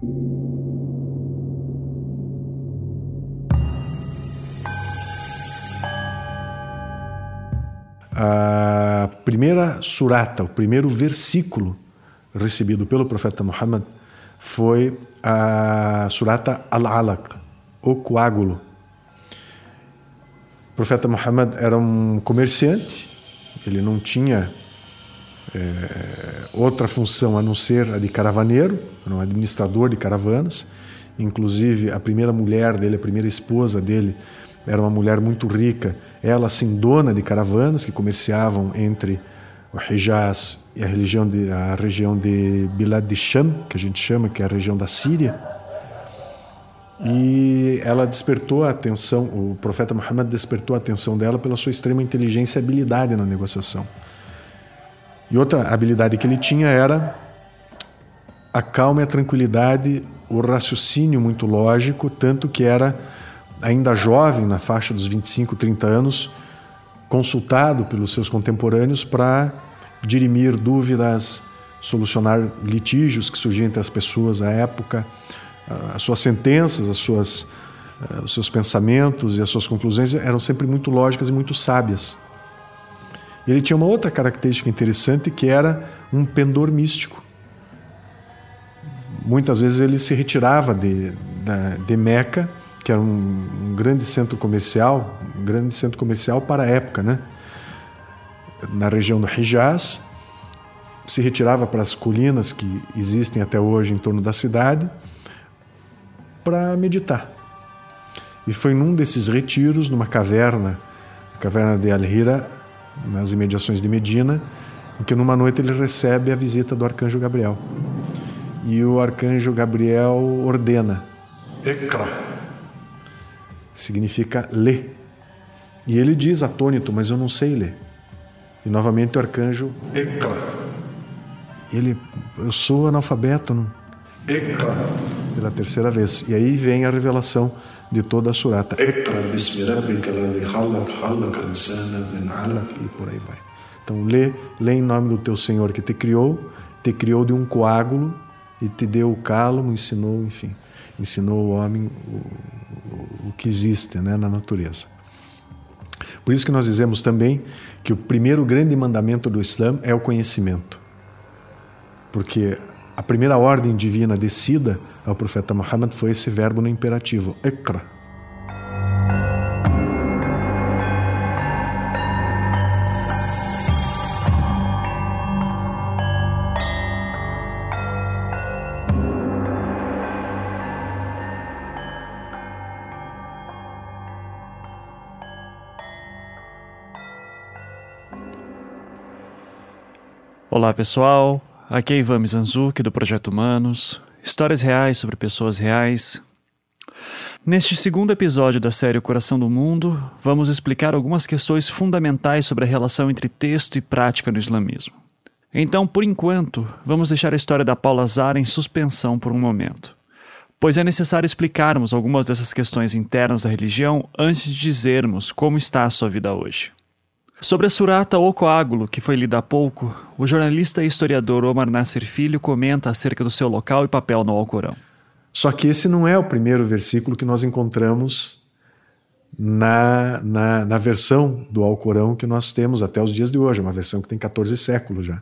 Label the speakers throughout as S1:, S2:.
S1: A primeira surata, o primeiro versículo recebido pelo profeta Muhammad foi a surata Al-Alaq, o coágulo. O profeta Muhammad era um comerciante, ele não tinha outra função a não ser a de caravaneiro, era um administrador de caravanas. Inclusive, a primeira mulher dele, a primeira esposa dele, era uma mulher muito rica, ela assim dona de caravanas que comerciavam entre o Hijaz e a região de Bilad de Sham, que a gente chama, que é a região da Síria. E ela despertou a atenção, o profeta Muhammad despertou a atenção dela pela sua extrema inteligência e habilidade na negociação. E outra habilidade que ele tinha era a calma e a tranquilidade, o raciocínio muito lógico, tanto que era ainda jovem, na faixa dos 25, 30 anos, consultado pelos seus contemporâneos para dirimir dúvidas, solucionar litígios que surgiam entre as pessoas à época. As suas sentenças, os seus pensamentos e as suas conclusões eram sempre muito lógicas e muito sábias. Ele tinha uma outra característica interessante, que era um pendor místico. Muitas vezes ele se retirava de Meca, que era um grande centro comercial para a época, né? Na região do Hijaz, se retirava para as colinas que existem até hoje em torno da cidade para meditar. E foi num desses retiros, numa caverna, a caverna de Al-Hira, nas imediações de Medina, em que numa noite ele recebe a visita do arcanjo Gabriel. E o arcanjo Gabriel ordena: Iqra, significa lê. E ele diz atônito: mas eu não sei ler. E novamente o arcanjo: Iqra. Eu sou analfabeto, não? Iqra, pela terceira vez. E aí vem a revelação de toda a surata. Iqra bismi rabbika alladhi khalaq, khalaqa insana min 'alaq, e por aí vai. Então lê em nome do teu Senhor que te criou de um coágulo e te deu o cálamo, ensinou o homem o que existe, né, na natureza. Por isso que nós dizemos também que o primeiro grande mandamento do Islã é o conhecimento. Porque a primeira ordem divina descida ao profeta Muhammad foi esse verbo no imperativo, Iqra.
S2: Olá pessoal, aqui é Ivan Mizanzuki do Projeto Humanos, histórias reais sobre pessoas reais. Neste segundo episódio da série O Coração do Mundo, vamos explicar algumas questões fundamentais sobre a relação entre texto e prática no islamismo. Então, por enquanto, vamos deixar a história da Paula Zara em suspensão por um momento, pois é necessário explicarmos algumas dessas questões internas da religião antes de dizermos como está a sua vida hoje. Sobre a surata O Coágulo, que foi lida há pouco, o jornalista e historiador Omar Nasser Filho comenta acerca do seu local e papel no Alcorão.
S1: Só que esse não é o primeiro versículo que nós encontramos na versão do Alcorão que nós temos até os dias de hoje, uma versão que tem 14 séculos já.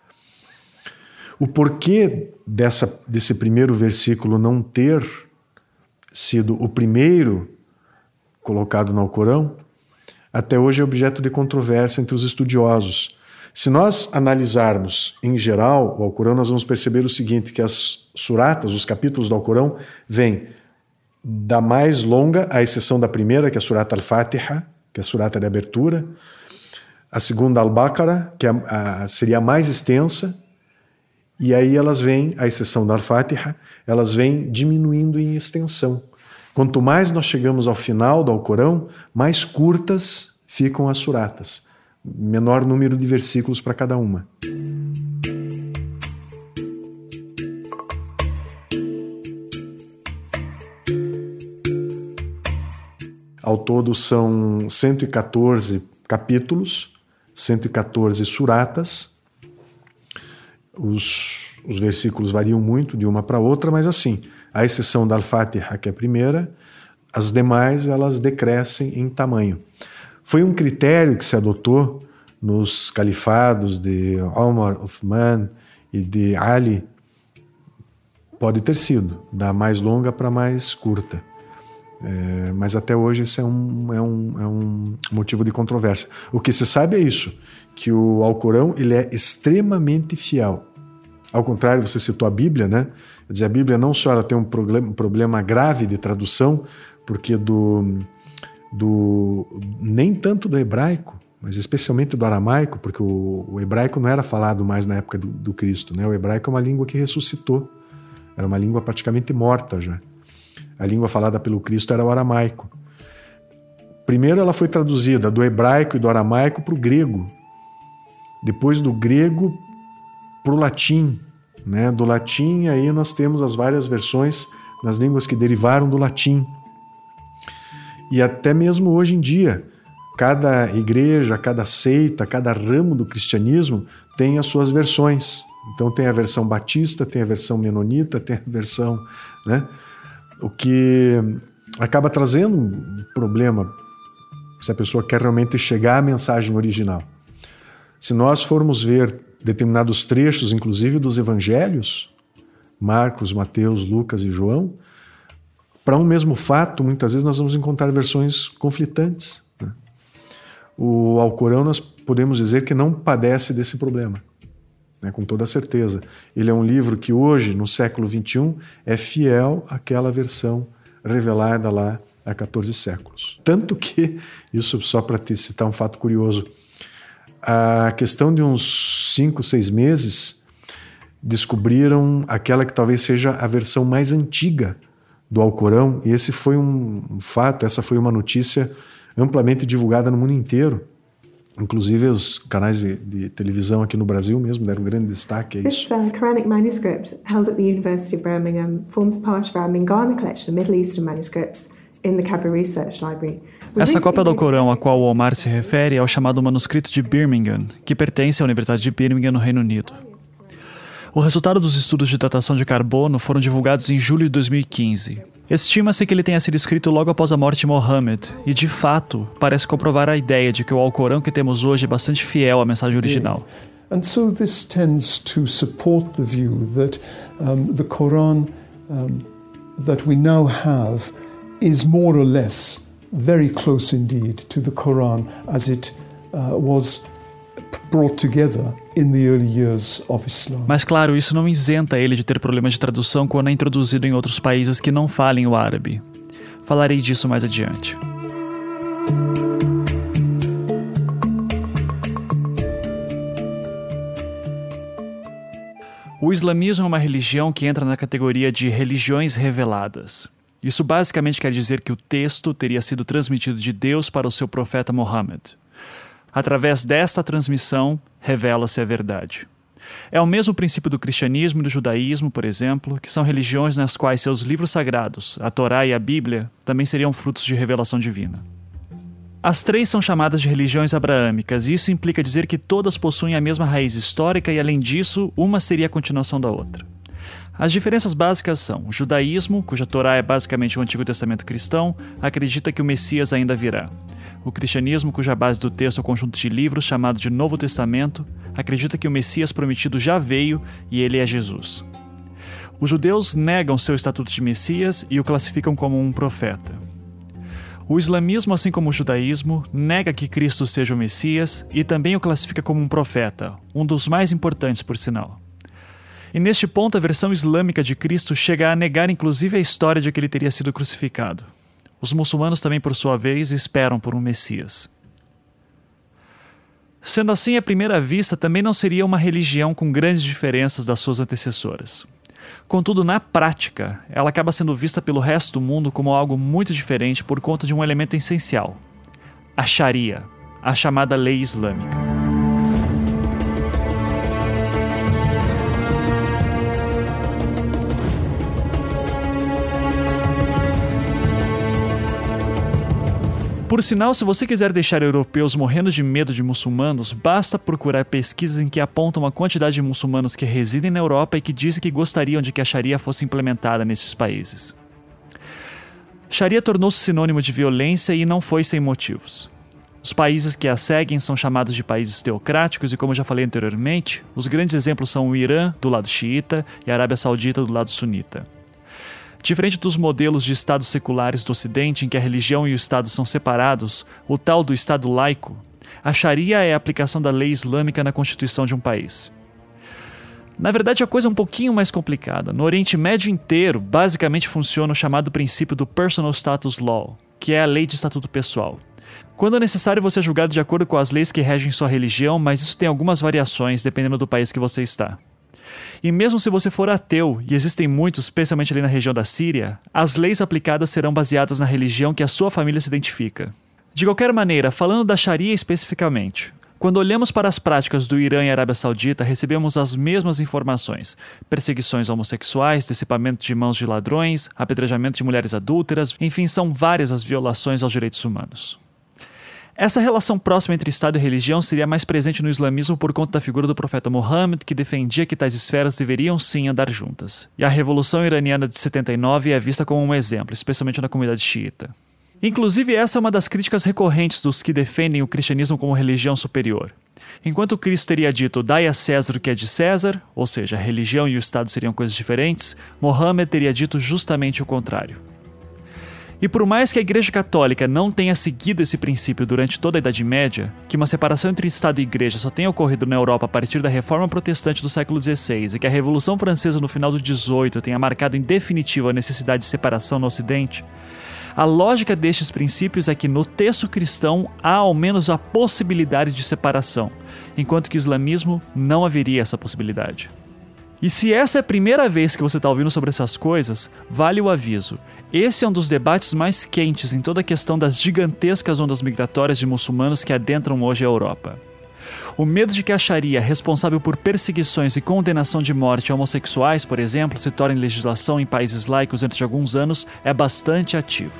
S1: O porquê desse primeiro versículo não ter sido o primeiro colocado no Alcorão até hoje é objeto de controvérsia entre os estudiosos. Se nós analisarmos em geral o Alcorão, nós vamos perceber o seguinte, que as suratas, os capítulos do Alcorão, vêm da mais longa, à exceção da primeira, que é a surata Al-Fatiha, que é a surata de abertura, a segunda Al-Baqarah, que seria a mais extensa, e aí elas vêm, à exceção da Al-Fatiha, elas vêm diminuindo em extensão. Quanto mais nós chegamos ao final do Alcorão, mais curtas ficam as suratas. Menor número de versículos para cada uma. Ao todo são 114 capítulos, 114 suratas. Os os versículos variam muito de uma para outra, mas assim, à exceção da Al-Fatiha, que é a primeira, as demais elas decrescem em tamanho. Foi um critério que se adotou nos califados de Omar, Uthman e de Ali. Pode ter sido, da mais longa para a mais curta. Mas até hoje esse é um motivo de controvérsia. O que se sabe é isso, que o Alcorão ele é extremamente fiel. Ao contrário, você citou a Bíblia, né? Quer dizer, a Bíblia não só ela tem um problema grave de tradução, porque nem tanto do hebraico, mas especialmente do aramaico, porque o hebraico não era falado mais na época do Cristo, né? O hebraico é uma língua que ressuscitou, era uma língua praticamente morta já. A língua falada pelo Cristo era o aramaico. Primeiro ela foi traduzida do hebraico e do aramaico para o grego, depois do grego para o latim, né? Do latim aí nós temos as várias versões nas línguas que derivaram do latim. E até mesmo hoje em dia, cada igreja, cada seita, cada ramo do cristianismo tem as suas versões. Então tem a versão batista, tem a versão menonita, tem a versão, né? O que acaba trazendo um problema se a pessoa quer realmente chegar à mensagem original. Se nós formos ver determinados trechos, inclusive dos evangelhos, Marcos, Mateus, Lucas e João, para um mesmo fato, muitas vezes nós vamos encontrar versões conflitantes, né? O Alcorão nós podemos dizer que não padece desse problema, né, com toda certeza. Ele é um livro que hoje, no século XXI, é fiel àquela versão revelada lá há 14 séculos. Tanto que, isso só para te citar um fato curioso, a questão de uns 5, 6 meses, descobriram aquela que talvez seja a versão mais antiga do Alcorão, e esse foi um fato, essa foi uma notícia amplamente divulgada no mundo inteiro. Inclusive os canais de televisão aqui no Brasil mesmo deram um grande destaque a isso.
S3: This Quranic manuscript held at the University of Birmingham forms part of our Mingana collection of Middle Eastern manuscripts in the Cabra Research Library.
S2: Essa cópia do Alcorão a qual o Omar se refere é o chamado manuscrito de Birmingham, que pertence à Universidade de Birmingham, no Reino Unido. O resultado dos estudos de datação de carbono foram divulgados em julho de 2015. Estima-se que ele tenha sido escrito logo após a morte de Mohammed, e de fato parece comprovar a ideia de que o Alcorão que temos hoje é bastante fiel à mensagem original.
S4: And so this tends to support the view that the Quran that we now have is more or less very close indeed to the Quran as it was brought together in the early years of Islam.
S2: Mas claro, isso não isenta ele de ter problemas de tradução quando é introduzido em outros países que não falem o árabe. Falarei disso mais adiante. O islamismo é uma religião que entra na categoria de religiões reveladas. Isso basicamente quer dizer que o texto teria sido transmitido de Deus para o seu profeta Mohammed. Através desta transmissão, revela-se a verdade. É o mesmo princípio do cristianismo e do judaísmo, por exemplo, que são religiões nas quais seus livros sagrados, a Torá e a Bíblia, também seriam frutos de revelação divina. As três são chamadas de religiões abraâmicas, e isso implica dizer que todas possuem a mesma raiz histórica e, além disso, uma seria a continuação da outra. As diferenças básicas são: o judaísmo, cuja Torá é basicamente o Antigo Testamento cristão, acredita que o Messias ainda virá. O cristianismo, cuja base do texto é o conjunto de livros chamado de Novo Testamento, acredita que o Messias prometido já veio e ele é Jesus. Os judeus negam seu estatuto de Messias e o classificam como um profeta. O islamismo, assim como o judaísmo, nega que Cristo seja o Messias e também o classifica como um profeta, um dos mais importantes, por sinal. E neste ponto, a versão islâmica de Cristo chega a negar inclusive a história de que ele teria sido crucificado. Os muçulmanos também, por sua vez, esperam por um Messias. Sendo assim, à primeira vista, também não seria uma religião com grandes diferenças das suas antecessoras. Contudo, na prática, ela acaba sendo vista pelo resto do mundo como algo muito diferente por conta de um elemento essencial: a Sharia, a chamada lei islâmica. Por sinal, se você quiser deixar europeus morrendo de medo de muçulmanos, basta procurar pesquisas em que apontam a quantidade de muçulmanos que residem na Europa e que dizem que gostariam de que a Sharia fosse implementada nesses países. Sharia tornou-se sinônimo de violência e não foi sem motivos. Os países que a seguem são chamados de países teocráticos e, como já falei anteriormente, os grandes exemplos são o Irã, do lado xiita, e a Arábia Saudita, do lado sunita. Diferente dos modelos de estados seculares do Ocidente, em que a religião e o Estado são separados, o tal do Estado laico, a Sharia é a aplicação da lei islâmica na constituição de um país. Na verdade, a coisa é um pouquinho mais complicada. No Oriente Médio inteiro, basicamente funciona o chamado princípio do Personal Status Law, que é a lei de estatuto pessoal. Quando é necessário, você é julgado de acordo com as leis que regem sua religião, mas isso tem algumas variações dependendo do país que você está. E mesmo se você for ateu, e existem muitos, especialmente ali na região da Síria, as leis aplicadas serão baseadas na religião que a sua família se identifica. De qualquer maneira, falando da Sharia especificamente, quando olhamos para as práticas do Irã e Arábia Saudita, recebemos as mesmas informações: perseguições homossexuais, dissipamento de mãos de ladrões, apedrejamento de mulheres adúlteras, enfim, são várias as violações aos direitos humanos. Essa relação próxima entre Estado e religião seria mais presente no islamismo por conta da figura do profeta Muhammad, que defendia que tais esferas deveriam sim andar juntas. E a Revolução Iraniana de 79 é vista como um exemplo, especialmente na comunidade xiita. Inclusive, essa é uma das críticas recorrentes dos que defendem o cristianismo como religião superior. Enquanto Cristo teria dito, dai a César o que é de César, ou seja, a religião e o Estado seriam coisas diferentes, Muhammad teria dito justamente o contrário. E por mais que a Igreja Católica não tenha seguido esse princípio durante toda a Idade Média, que uma separação entre Estado e Igreja só tenha ocorrido na Europa a partir da Reforma Protestante do século XVI e que a Revolução Francesa no final do XVIII tenha marcado em definitivo a necessidade de separação no Ocidente, a lógica destes princípios é que no texto cristão há ao menos a possibilidade de separação, enquanto que o islamismo não haveria essa possibilidade. E se essa é a primeira vez que você está ouvindo sobre essas coisas, vale o aviso. Esse é um dos debates mais quentes em toda a questão das gigantescas ondas migratórias de muçulmanos que adentram hoje a Europa. O medo de que a Sharia, responsável por perseguições e condenação de morte a homossexuais, por exemplo, se torne legislação em países laicos dentro de alguns anos, é bastante ativo.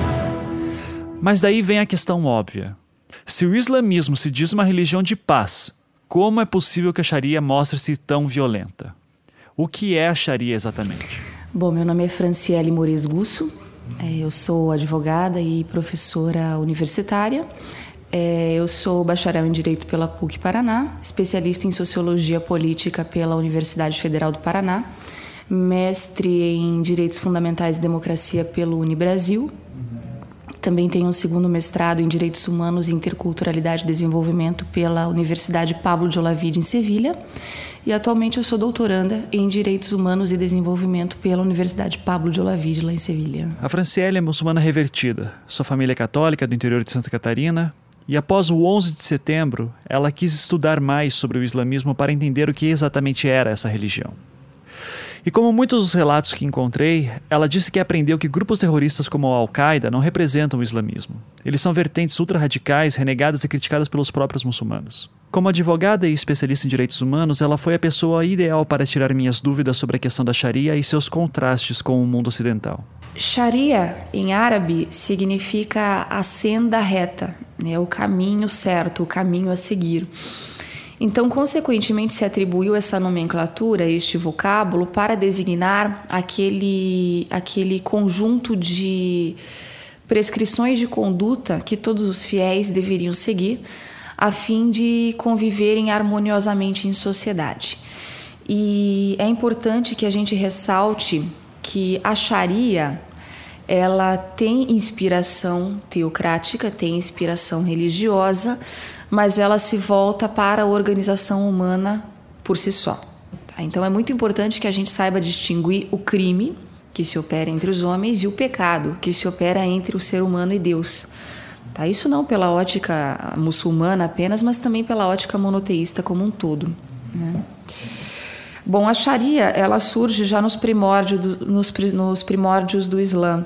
S2: Mas daí vem a questão óbvia. Se o islamismo se diz uma religião de paz, como é possível que a Sharia mostre-se tão violenta? O que é a Sharia exatamente?
S5: Bom, meu nome é Franciele Moraes Gusso, eu sou advogada e professora universitária. Eu sou bacharel em Direito pela PUC Paraná, especialista em Sociologia Política pela Universidade Federal do Paraná, mestre em Direitos Fundamentais e Democracia pelo Unibrasil. Também tenho um segundo mestrado em Direitos Humanos e Interculturalidade e Desenvolvimento pela Universidade Pablo de Olavide, em Sevilha. E atualmente eu sou doutoranda em Direitos Humanos e Desenvolvimento pela Universidade Pablo de Olavide, lá em Sevilha.
S2: A Franciele é muçulmana revertida. Sua família é católica, do interior de Santa Catarina. E após o 11 de setembro, ela quis estudar mais sobre o islamismo para entender o que exatamente era essa religião. E como muitos dos relatos que encontrei, ela disse que aprendeu que grupos terroristas como a Al-Qaeda não representam o islamismo. Eles são vertentes ultra-radicais, renegadas e criticadas pelos próprios muçulmanos. Como advogada e especialista em direitos humanos, ela foi a pessoa ideal para tirar minhas dúvidas sobre a questão da Sharia e seus contrastes com o mundo ocidental.
S5: Sharia, em árabe, significa a senda reta, o caminho certo, o caminho a seguir. Então, consequentemente, se atribuiu essa nomenclatura, este vocábulo, para designar aquele conjunto de prescrições de conduta que todos os fiéis deveriam seguir a fim de conviverem harmoniosamente em sociedade. E é importante que a gente ressalte que a Sharia, ela tem inspiração teocrática, tem inspiração religiosa, mas ela se volta para a organização humana por si só. Então é muito importante que a gente saiba distinguir o crime, que se opera entre os homens, e o pecado, que se opera entre o ser humano e Deus. Isso não pela ótica muçulmana apenas, mas também pela ótica monoteísta como um todo. Bom, a Sharia, ela surge já nos primórdios do Islã,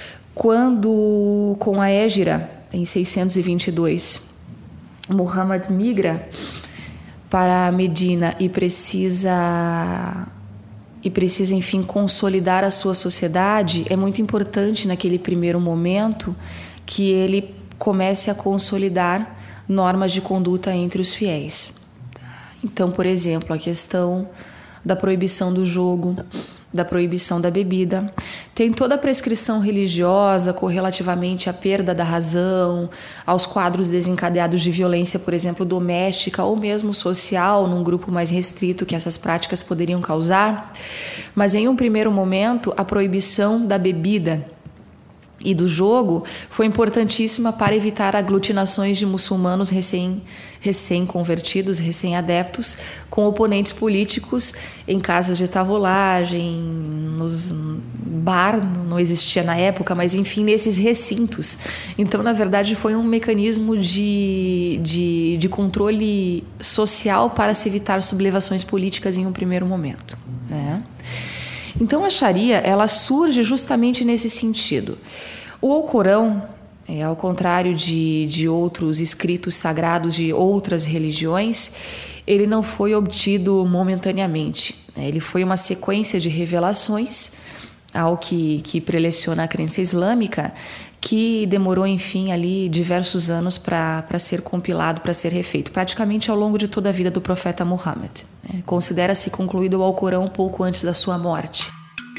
S5: quando, com a Hégira, em 622, Muhammad migra para Medina e precisa, enfim, consolidar a sua sociedade. É muito importante naquele primeiro momento que ele comece a consolidar normas de conduta entre os fiéis. Então, por exemplo, a questão da proibição do jogo, da proibição da bebida. Tem toda a prescrição religiosa correlativamente à perda da razão, aos quadros desencadeados de violência, por exemplo, doméstica ou mesmo social, num grupo mais restrito que essas práticas poderiam causar. Mas em um primeiro momento, a proibição da bebida e do jogo foi importantíssima para evitar aglutinações de muçulmanos recém-convertidos, recém-adeptos, com oponentes políticos em casas de tavolagem, nos bar, não existia na época, mas enfim, nesses recintos. Então, na verdade, foi um mecanismo de controle social para se evitar sublevações políticas em um primeiro momento, né? Então, a Sharia, ela surge justamente nesse sentido. O Alcorão, ao contrário de outros escritos sagrados de outras religiões, ele não foi obtido momentaneamente. Ele foi uma sequência de revelações, ao que preleciona a crença islâmica, que demorou, enfim, ali diversos anos para ser compilado, para ser refeito, praticamente ao longo de toda a vida do profeta Muhammad. Considera-se concluído o Alcorão um pouco antes da sua morte.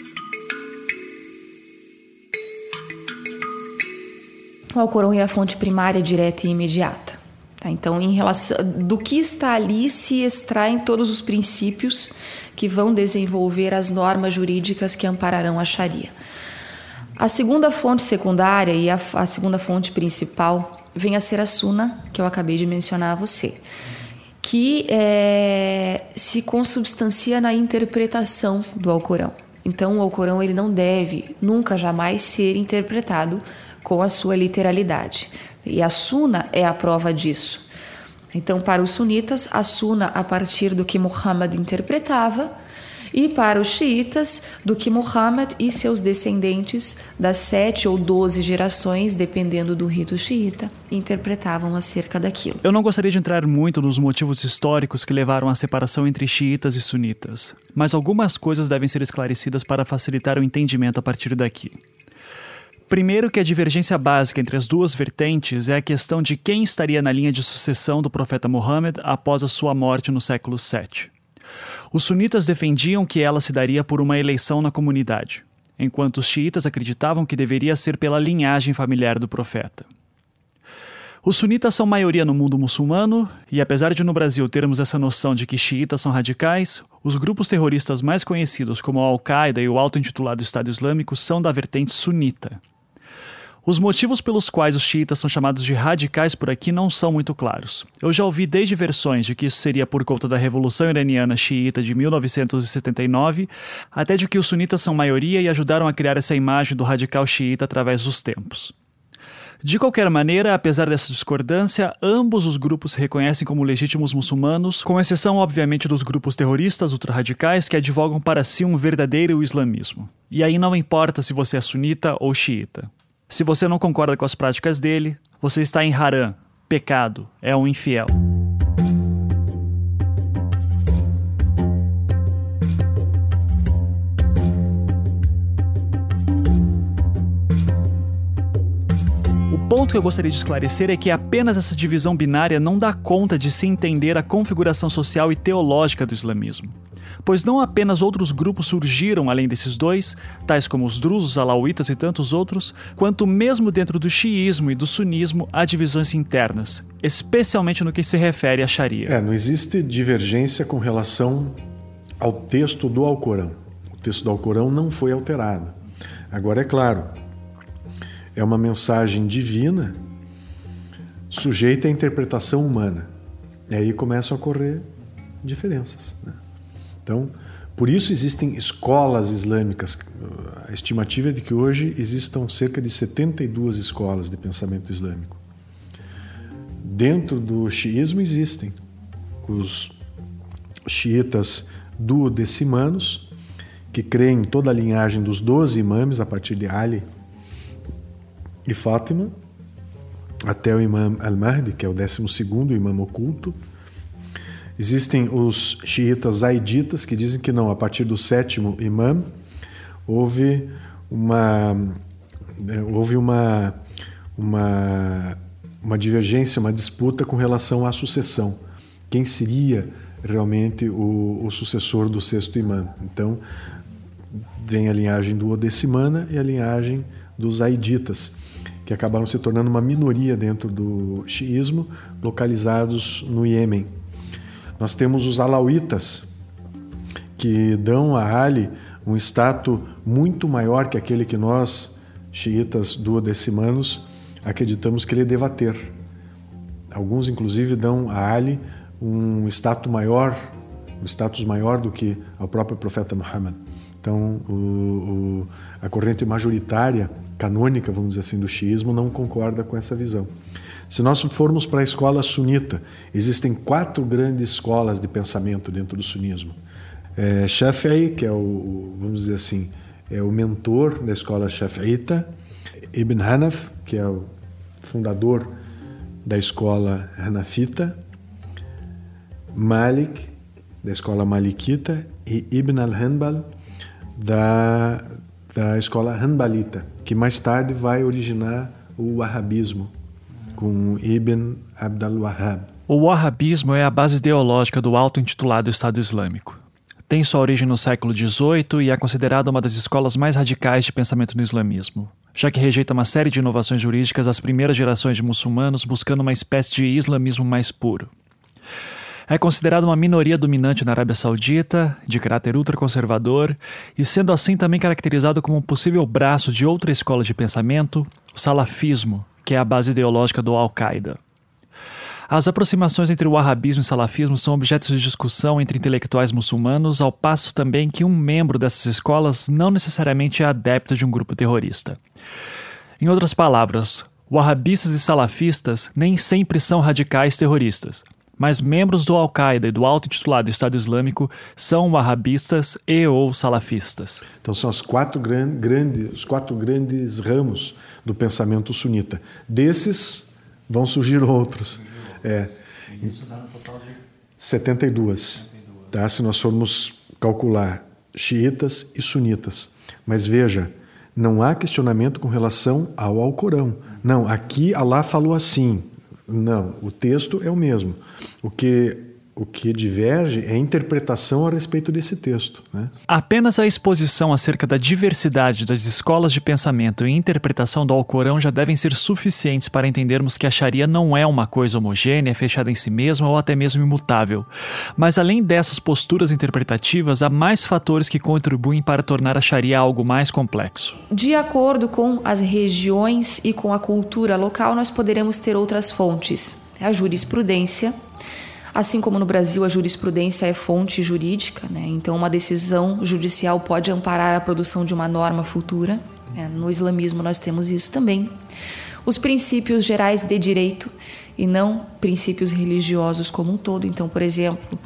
S5: O Alcorão é a fonte primária, direta e imediata. Então, em relação do que está ali, se extraem todos os princípios que vão desenvolver as normas jurídicas que ampararão a Sharia. A segunda fonte secundária e a segunda fonte principal vem a ser a Sunna, que eu acabei de mencionar a você, que se consubstancia na interpretação do Alcorão. Então, o Alcorão ele não deve, nunca, jamais ser interpretado com a sua literalidade. E a Sunna é a prova disso. Então, para os sunitas, a Sunna a partir do que Muhammad interpretava, e para os xiitas, do que Muhammad e seus descendentes das 7 ou 12 gerações, dependendo do rito xiita, interpretavam acerca daquilo.
S2: Eu não gostaria de entrar muito nos motivos históricos que levaram à separação entre xiitas e sunitas, mas algumas coisas devem ser esclarecidas para facilitar o entendimento a partir daqui. Primeiro, que a divergência básica entre as duas vertentes é a questão de quem estaria na linha de sucessão do profeta Muhammad após a sua morte no século VII. Os sunitas defendiam que ela se daria por uma eleição na comunidade, enquanto os xiitas acreditavam que deveria ser pela linhagem familiar do profeta. Os sunitas são maioria no mundo muçulmano, e apesar de no Brasil termos essa noção de que xiitas são radicais, os grupos terroristas mais conhecidos como a Al-Qaeda e o auto-intitulado Estado Islâmico são da vertente sunita. Os motivos pelos quais os xiitas são chamados de radicais por aqui não são muito claros. Eu já ouvi desde versões de que isso seria por conta da Revolução Iraniana Xiita de 1979, até de que os sunitas são maioria e ajudaram a criar essa imagem do radical xiita através dos tempos. De qualquer maneira, apesar dessa discordância, ambos os grupos se reconhecem como legítimos muçulmanos, com exceção, obviamente, dos grupos terroristas ultra-radicais que advogam para si um verdadeiro islamismo. E aí não importa se você é sunita ou xiita. Se você não concorda com as práticas dele, você está em haram, pecado, é um infiel. O ponto que eu gostaria de esclarecer é que apenas essa divisão binária não dá conta de se entender a configuração social e teológica do islamismo. Pois não apenas outros grupos surgiram além desses dois, tais como os drusos, alauítas e tantos outros, quanto mesmo dentro do xiismo e do sunismo há divisões internas, especialmente no que se refere à Sharia.
S1: Não existe divergência com relação ao texto do Alcorão. O texto do Alcorão não foi alterado. Agora, é claro, é uma mensagem divina sujeita à interpretação humana. E aí começam a ocorrer diferenças, né? Então, por isso existem escolas islâmicas. A estimativa é de que hoje existam cerca de 72 escolas de pensamento islâmico. Dentro do xiismo existem os xiitas duodecimanos, que creem em toda a linhagem dos 12 imames, a partir de Ali e Fátima, até o imam al-Mahdi, que é o 12º imam oculto. Existem os xiitas zaiditas, que dizem que não, a partir do 7º imam houve uma uma divergência, uma disputa com relação à sucessão. Quem seria realmente o sucessor do sexto imã? Então, vem a linhagem duodecimana e a linhagem dos aiditas, que acabaram se tornando uma minoria dentro do xiismo, localizados no Iêmen. Nós temos os alauítas, que dão a Ali um status muito maior que aquele que nós, xiitas duodecimanos, acreditamos que ele deva ter. Alguns, inclusive, dão a Ali um status maior do que ao próprio profeta Muhammad. Então, a corrente majoritária, canônica, vamos dizer assim, do xiismo não concorda com essa visão. Se nós formos para a escola sunita, existem 4 grandes escolas de pensamento dentro do sunismo. Shafi'i, que é vamos dizer assim, é o mentor da escola shafi'ita. Ibn Hanaf, que é o fundador da escola hanafita. Malik, da escola malikita, e Ibn al-Hanbal, da escola hanbalita, que mais tarde vai originar o wahhabismo, com Ibn Abd al-Wahhab.
S2: O wahhabismo é a base ideológica do auto-intitulado Estado Islâmico. Tem sua origem no século XVIII e é considerada uma das escolas mais radicais de pensamento no islamismo, já que rejeita uma série de inovações jurídicas das primeiras gerações de muçulmanos buscando uma espécie de islamismo mais puro. É considerado uma minoria dominante na Arábia Saudita, de caráter ultraconservador, e sendo assim também caracterizado como um possível braço de outra escola de pensamento, o salafismo, que é a base ideológica do Al-Qaeda. As aproximações entre o wahhabismo e o salafismo são objetos de discussão entre intelectuais muçulmanos, ao passo também que um membro dessas escolas não necessariamente é adepto de um grupo terrorista. Em outras palavras, wahhabistas e salafistas nem sempre são radicais terroristas, mas membros do Al-Qaeda e do auto-intitulado Estado Islâmico são wahhabistas e ou salafistas.
S1: Então são os 4 grandes ramos do pensamento sunita. Desses vão surgir outros. E isso dá um total de 72. Tá? Se nós formos calcular xiitas e sunitas. Mas veja, não há questionamento com relação ao Alcorão. Não, aqui Allah falou assim. Não, o texto é o mesmo. O que diverge é a interpretação a respeito desse texto, né?
S2: Apenas a exposição acerca da diversidade das escolas de pensamento e interpretação do Alcorão já devem ser suficientes para entendermos que a Sharia não é uma coisa homogênea, fechada em si mesma ou até mesmo imutável. Mas além dessas posturas interpretativas, há mais fatores que contribuem para tornar a Sharia algo mais complexo.
S5: De acordo com as regiões e com a cultura local, nós poderemos ter outras fontes. A jurisprudência. Assim como no Brasil a jurisprudência é fonte jurídica, né? Então uma decisão judicial pode amparar a produção de uma norma futura. No islamismo nós temos isso também. Os princípios gerais de direito e não princípios religiosos como um todo. Então, por exemplo,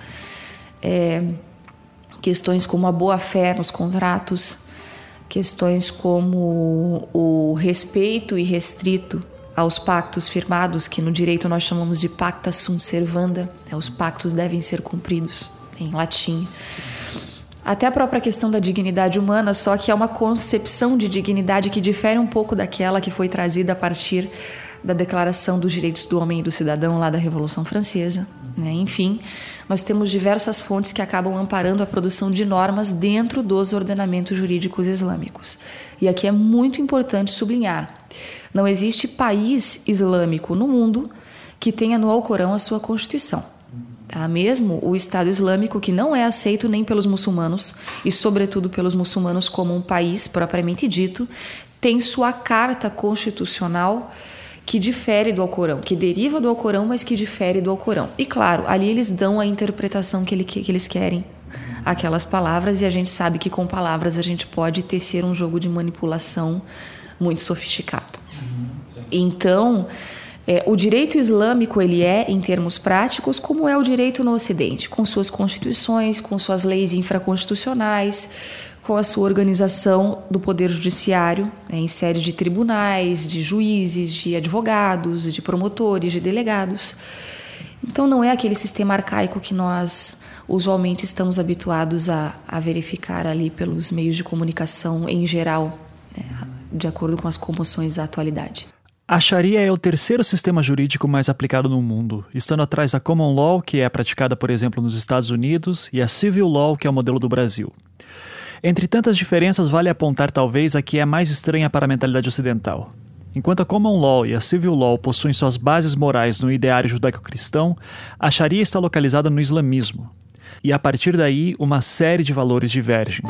S5: questões como a boa-fé nos contratos, questões como o respeito irrestrito aos pactos firmados, que no direito nós chamamos de pacta sunt servanda, os pactos devem ser cumpridos, em latim. Até a própria questão da dignidade humana, só que é uma concepção de dignidade que difere um pouco daquela que foi trazida a partir da Declaração dos Direitos do Homem e do Cidadão, lá da Revolução Francesa. Enfim, nós temos diversas fontes que acabam amparando a produção de normas dentro dos ordenamentos jurídicos islâmicos. E aqui é muito importante sublinhar: não existe país islâmico no mundo que tenha no Alcorão a sua Constituição. Tá? Mesmo o Estado Islâmico, que não é aceito nem pelos muçulmanos, e sobretudo pelos muçulmanos como um país propriamente dito, tem sua carta constitucional que difere do Alcorão, que deriva do Alcorão, mas que difere do Alcorão. E claro, ali eles dão a interpretação que eles querem aquelas palavras, e a gente sabe que com palavras a gente pode tecer um jogo de manipulação muito sofisticado. Então, o direito islâmico, ele é, em termos práticos, como é o direito no Ocidente, com suas constituições, com suas leis infraconstitucionais, com a sua organização do poder judiciário, em série de tribunais, de juízes, de advogados, de promotores, de delegados. Então, não é aquele sistema arcaico que nós usualmente estamos habituados a verificar ali pelos meios de comunicação em geral, de acordo com as comoções da atualidade.
S2: A Sharia é o terceiro sistema jurídico mais aplicado no mundo, estando atrás da Common Law, que é praticada, por exemplo, nos Estados Unidos, e a Civil Law, que é o modelo do Brasil. Entre tantas diferenças, vale apontar talvez a que é mais estranha para a mentalidade ocidental. Enquanto a Common Law e a Civil Law possuem suas bases morais no ideário judaico-cristão, a Sharia está localizada no islamismo. E a partir daí, uma série de valores divergem.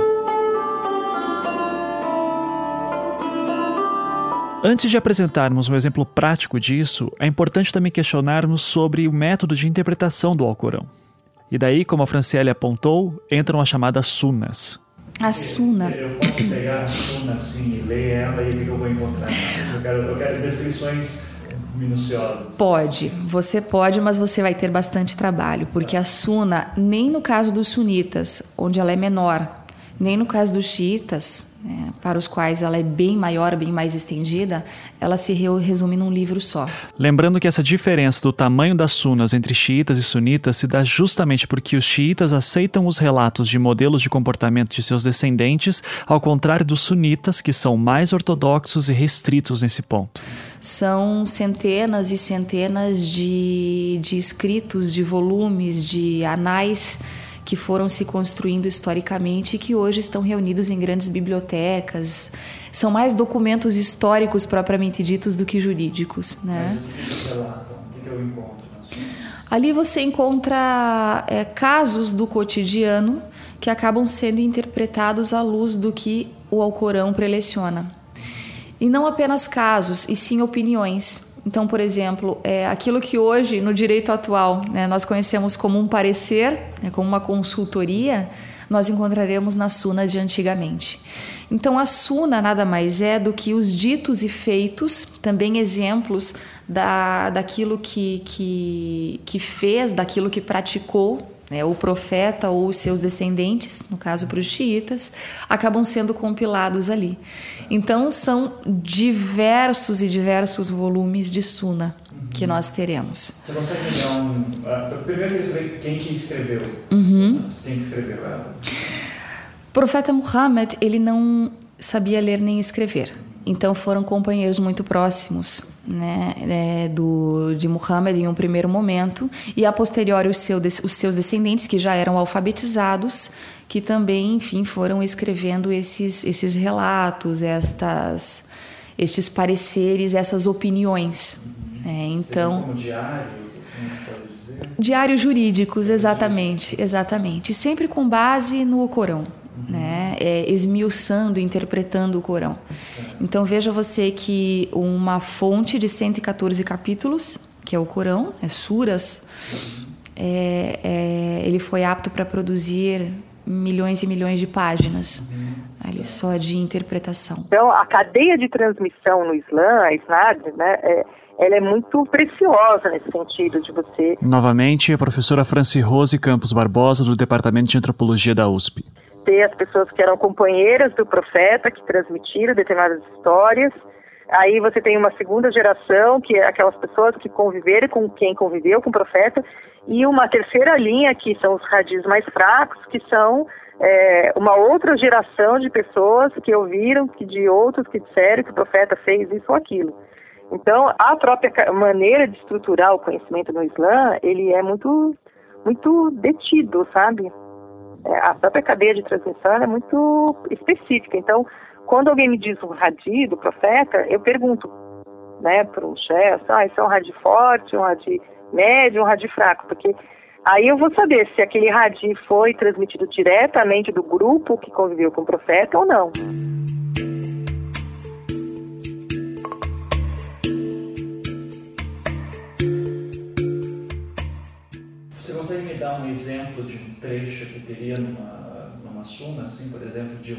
S2: Antes de apresentarmos um exemplo prático disso, é importante também questionarmos sobre o método de interpretação do Alcorão. E daí, como a Franciele apontou, entram as chamadas sunas.
S5: A suna.
S2: Eu posso pegar a suna assim e ler ela e o que eu vou encontrar? Eu quero descrições minuciosas.
S5: Você pode, mas você vai ter bastante trabalho, porque a suna, nem no caso dos sunitas, onde ela é menor, nem no caso dos xiitas, para os quais ela é bem maior, bem mais estendida, ela se resume num livro só.
S2: Lembrando que essa diferença do tamanho das sunas entre xiitas e sunitas se dá justamente porque os xiitas aceitam os relatos de modelos de comportamento de seus descendentes, ao contrário dos sunitas, que são mais ortodoxos e restritos nesse ponto.
S5: São centenas e centenas de escritos, de volumes, de anais que foram se construindo historicamente e que hoje estão reunidos em grandes bibliotecas. São mais documentos históricos propriamente ditos do que jurídicos, né?
S2: Mas o que relatam? O que eu encontro?
S5: Ali você encontra casos do cotidiano que acabam sendo interpretados à luz do que o Alcorão preleciona. E não apenas casos, e sim opiniões. Então, por exemplo, aquilo que hoje, no direito atual, nós conhecemos como um parecer, como uma consultoria, nós encontraremos na suna de antigamente. Então, a suna nada mais é do que os ditos e feitos, também exemplos daquilo que fez, daquilo que praticou, o profeta ou os seus descendentes, no caso para os xiitas, acabam sendo compilados ali. Então, são diversos e diversos volumes de suna que nós teremos.
S2: Você consegue me dar primeiro eu queria saber quem que escreveu. Quem que escreveu ela?
S5: O profeta Muhammad, ele não sabia ler nem escrever. Então foram companheiros muito próximos, de Muhammad em um primeiro momento, e a posteriori os seus descendentes, que já eram alfabetizados, que também, enfim, foram escrevendo esses relatos, estes pareceres, essas opiniões. Então,
S2: como diário, assim, pode dizer?
S5: Diários jurídicos, exatamente. E sempre com base no Corão. Esmiuçando, interpretando o Corão. Então veja você que uma fonte de 114 capítulos, que é o Corão, suras, ele foi apto para produzir milhões e milhões de páginas ali só de interpretação.
S6: Então a cadeia de transmissão no Islã, a Isnad, ela é muito preciosa nesse sentido de você...
S2: Novamente, a professora Franci Rose Campos Barbosa, do Departamento de Antropologia da USP.
S6: Ter as pessoas que eram companheiras do profeta, que transmitiram determinadas histórias. Aí você tem uma segunda geração, que é aquelas pessoas que conviveram com quem conviveu com o profeta. E uma terceira linha, que são os hadis mais fracos, que são uma outra geração de pessoas que ouviram de outros que disseram que o profeta fez isso ou aquilo. Então, a própria maneira de estruturar o conhecimento no Islã, ele é muito, muito detido, sabe? A própria cadeia de transmissão é muito específica. Então, quando alguém me diz um hadith do profeta, eu pergunto, para um chefe, isso é um hadith forte, um hadith médio, um hadith fraco, porque aí eu vou saber se aquele hadith foi transmitido diretamente do grupo que conviveu com o profeta ou não.
S2: Você consegue me dar um exemplo de um trecho que teria numa suna, assim, por exemplo, de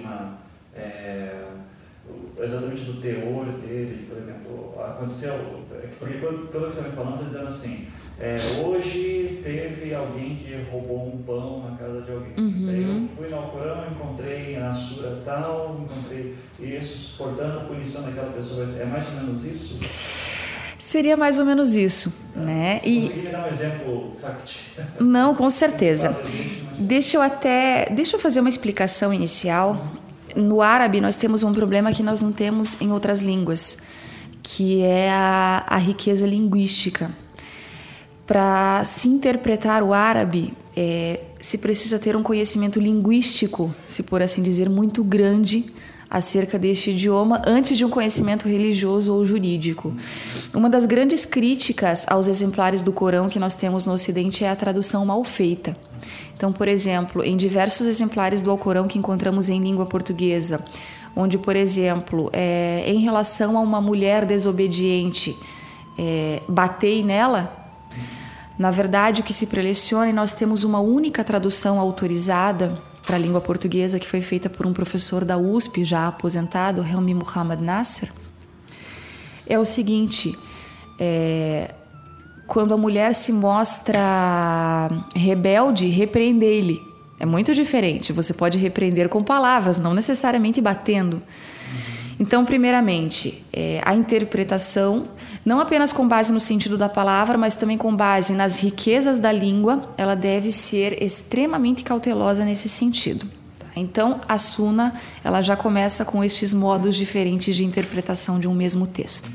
S2: exatamente do teor dele, por exemplo, aconteceu, porque pelo que você está me falando, estou dizendo assim, hoje teve alguém que roubou um pão na casa de alguém. Daí eu fui no Alcorão, encontrei na sura tal, encontrei isso, portanto a punição daquela pessoa é mais ou menos isso?
S5: Seria mais ou menos isso,
S2: Você conseguir me dar um exemplo fact?
S5: Não, com certeza. Deixa eu fazer uma explicação inicial. No árabe nós temos um problema que nós não temos em outras línguas, que é a riqueza linguística. Para se interpretar o árabe, se precisa ter um conhecimento linguístico, se por assim dizer, muito grande acerca deste idioma, antes de um conhecimento religioso ou jurídico. Uma das grandes críticas aos exemplares do Corão que nós temos no Ocidente é a tradução mal feita. Então, por exemplo, em diversos exemplares do Alcorão que encontramos em língua portuguesa, onde, por exemplo, em relação a uma mulher desobediente, batei nela, na verdade, o que se preleciona, e nós temos uma única tradução autorizada para a língua portuguesa que foi feita por um professor da USP, já aposentado, Helmi Muhammad Nasser, é o seguinte: quando a mulher se mostra rebelde, repreendei-lhe. É muito diferente. Você pode repreender com palavras, não necessariamente batendo. Então, primeiramente, a interpretação, não apenas com base no sentido da palavra, mas também com base nas riquezas da língua, ela deve ser extremamente cautelosa nesse sentido. Então, a Sunna, ela já começa com estes modos diferentes de interpretação de um mesmo texto.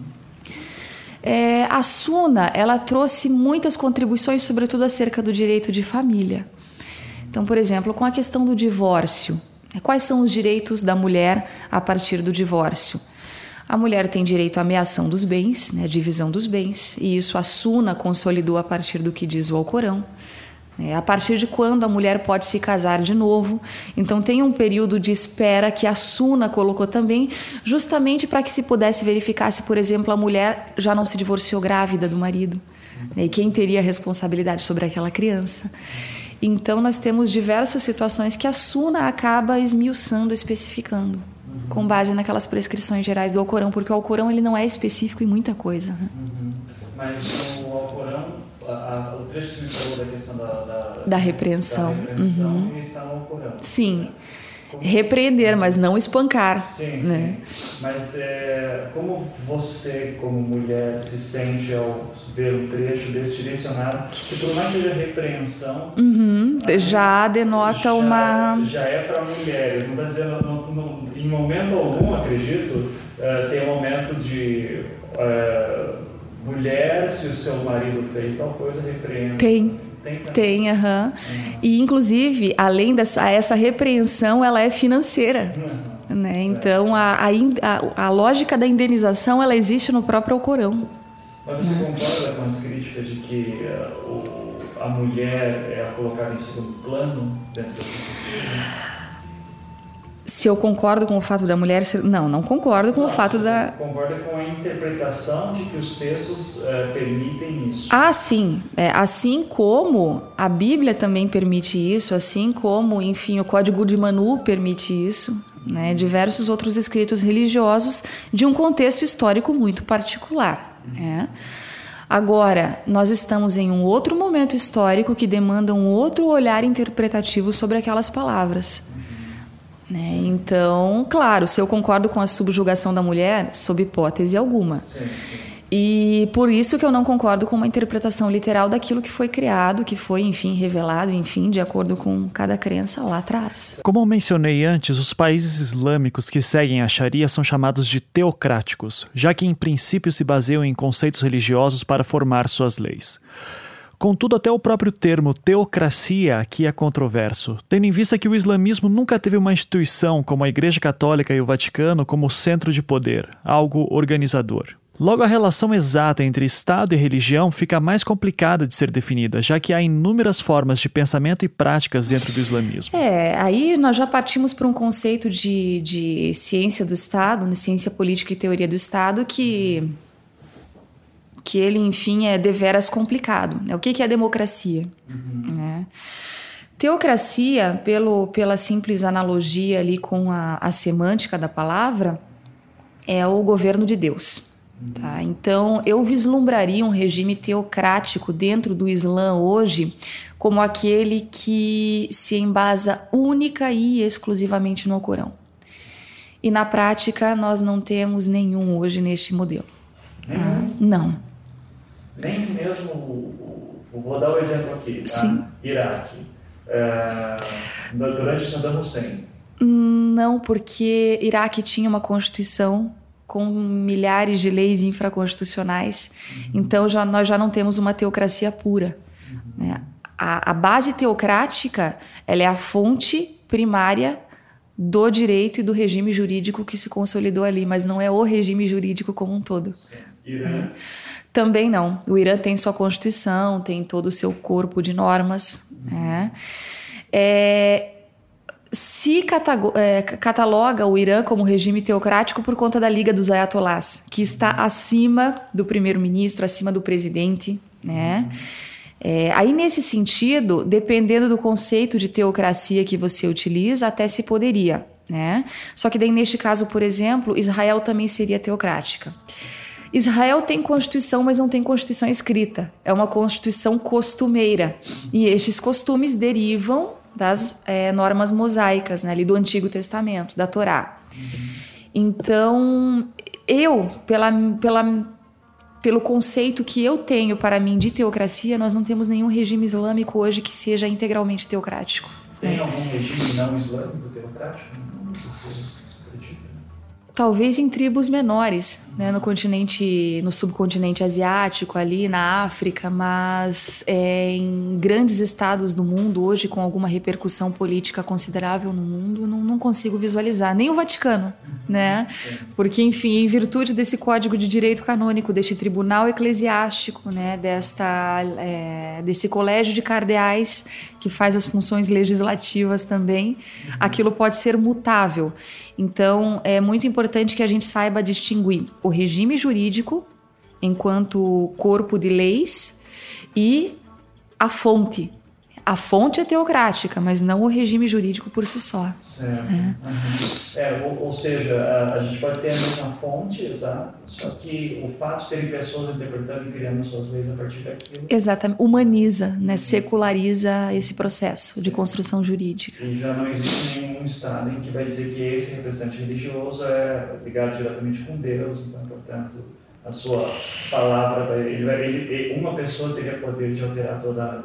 S5: A Sunna, ela trouxe muitas contribuições, sobretudo acerca do direito de família. Então, por exemplo, com a questão do divórcio, quais são os direitos da mulher a partir do divórcio? A mulher tem direito à meação dos bens, né, divisão dos bens, e isso a Sunna consolidou a partir do que diz o Alcorão. A partir de quando a mulher pode se casar de novo. Então tem um período de espera que a Sunna colocou também, justamente para que se pudesse verificar se, por exemplo, a mulher já não se divorciou grávida do marido, né, e quem teria a responsabilidade sobre aquela criança. Então nós temos diversas situações que a Sunna acaba esmiuçando, especificando, com base naquelas prescrições gerais do Alcorão, porque o Alcorão ele não é específico em muita coisa. Né?
S2: Mas o Alcorão, o trecho que me falou da questão
S5: da repreensão,
S2: está no Alcorão.
S5: Sim, repreender, mas não espancar.
S2: Sim,
S5: né?
S2: Sim. Mas como você, como mulher, se sente ao ver um trecho desse dicionário, que por mais que seja repreensão,
S5: já denota uma...
S2: Já é para mulheres, não está dizendo, em momento algum, acredito, tem um momento de... mulher, se o seu marido fez tal coisa, repreenda. Tem,
S5: E, inclusive, além essa repreensão, ela é financeira. Né? Então, a lógica da indenização, ela existe no próprio Alcorão.
S2: Mas você concorda com as críticas de que a mulher é colocada em segundo plano dentro dessa cultura?
S5: Se eu concordo com o fato da mulher ser... Não concordo com o fato da...
S2: Concorda com a interpretação de que os textos permitem isso?
S5: Ah, sim. Assim como a Bíblia também permite isso, assim como, enfim, o Código de Manu permite isso, né? Diversos outros escritos religiosos de um contexto histórico muito particular. Né? Agora, nós estamos em um outro momento histórico que demanda um outro olhar interpretativo sobre aquelas palavras. Né? Então, claro, se eu concordo com a subjugação da mulher, sob hipótese alguma.
S2: Sim.
S5: E por isso que eu não concordo com uma interpretação literal daquilo que foi criado, que foi, enfim, revelado, enfim, de acordo com cada crença lá atrás.
S2: Como eu mencionei antes, os países islâmicos que seguem a Sharia são chamados de teocráticos, já que em princípio se baseiam em conceitos religiosos para formar suas leis. Contudo, até o próprio termo teocracia aqui é controverso, tendo em vista que o islamismo nunca teve uma instituição como a Igreja Católica e o Vaticano como centro de poder, algo organizador. Logo, a relação exata entre Estado e religião fica mais complicada de ser definida, já que há inúmeras formas de pensamento e práticas dentro do islamismo.
S5: Aí nós já partimos para um conceito de ciência do Estado, ciência política e teoria do Estado, que ele, enfim, é deveras complicado. Né? O que é democracia? Né? Teocracia, pela simples analogia ali com a semântica da palavra, é o governo de Deus. Tá? Então, eu vislumbraria um regime teocrático dentro do Islã hoje como aquele que se embasa única e exclusivamente no Alcorão. E, na prática, nós não temos nenhum hoje neste modelo. Não.
S2: Nem mesmo, vou dar um exemplo aqui, tá?
S5: Sim.
S2: Iraque, durante Saddam Hussein.
S5: Não, porque Iraque tinha uma constituição com milhares de leis infraconstitucionais. Então, nós já não temos uma teocracia pura, né? A base teocrática, ela é a fonte primária do direito e do regime jurídico que se consolidou ali, mas não é o regime jurídico como um todo.
S2: Irã?
S5: Também não. O Irã tem sua constituição, tem todo o seu corpo de normas. Se cataloga o Irã como regime teocrático por conta da Liga dos Ayatollahs, que está acima do primeiro-ministro, acima do presidente, né? Aí, nesse sentido, dependendo do conceito de teocracia que você utiliza, até se poderia, né? Só que daí, neste caso, por exemplo, Israel também seria teocrática. Israel tem constituição, mas não tem constituição escrita. É uma constituição costumeira. E estes costumes derivam das normas mosaicas, né, ali do Antigo Testamento, da Torá. Então, pelo conceito que eu tenho para mim de teocracia, nós não temos nenhum regime islâmico hoje que seja integralmente teocrático.
S2: Tem algum regime não islâmico teocrático?
S5: Talvez em tribos menores, né, no subcontinente asiático, ali na África, mas em grandes estados do mundo, hoje com alguma repercussão política considerável no mundo, não consigo visualizar. Nem o Vaticano, né? Porque, enfim, em virtude desse código de direito canônico, deste tribunal eclesiástico, né, desse colégio de cardeais que faz as funções legislativas também, aquilo pode ser mutável. Então, é muito importante que a gente saiba distinguir o regime jurídico enquanto corpo de leis e a fonte. A fonte é teocrática, mas não o regime jurídico por si só.
S2: Certo. Ou seja, a gente pode ter a mesma fonte, exato, só que o fato de terem pessoas interpretando e criando suas leis a partir daquilo...
S5: Exatamente. Humaniza, né? Seculariza esse processo de construção jurídica.
S2: E já não existe nenhum Estado em que vai dizer que esse representante religioso é ligado diretamente com Deus, então, portanto... a sua palavra, uma pessoa teria poder de alterar toda a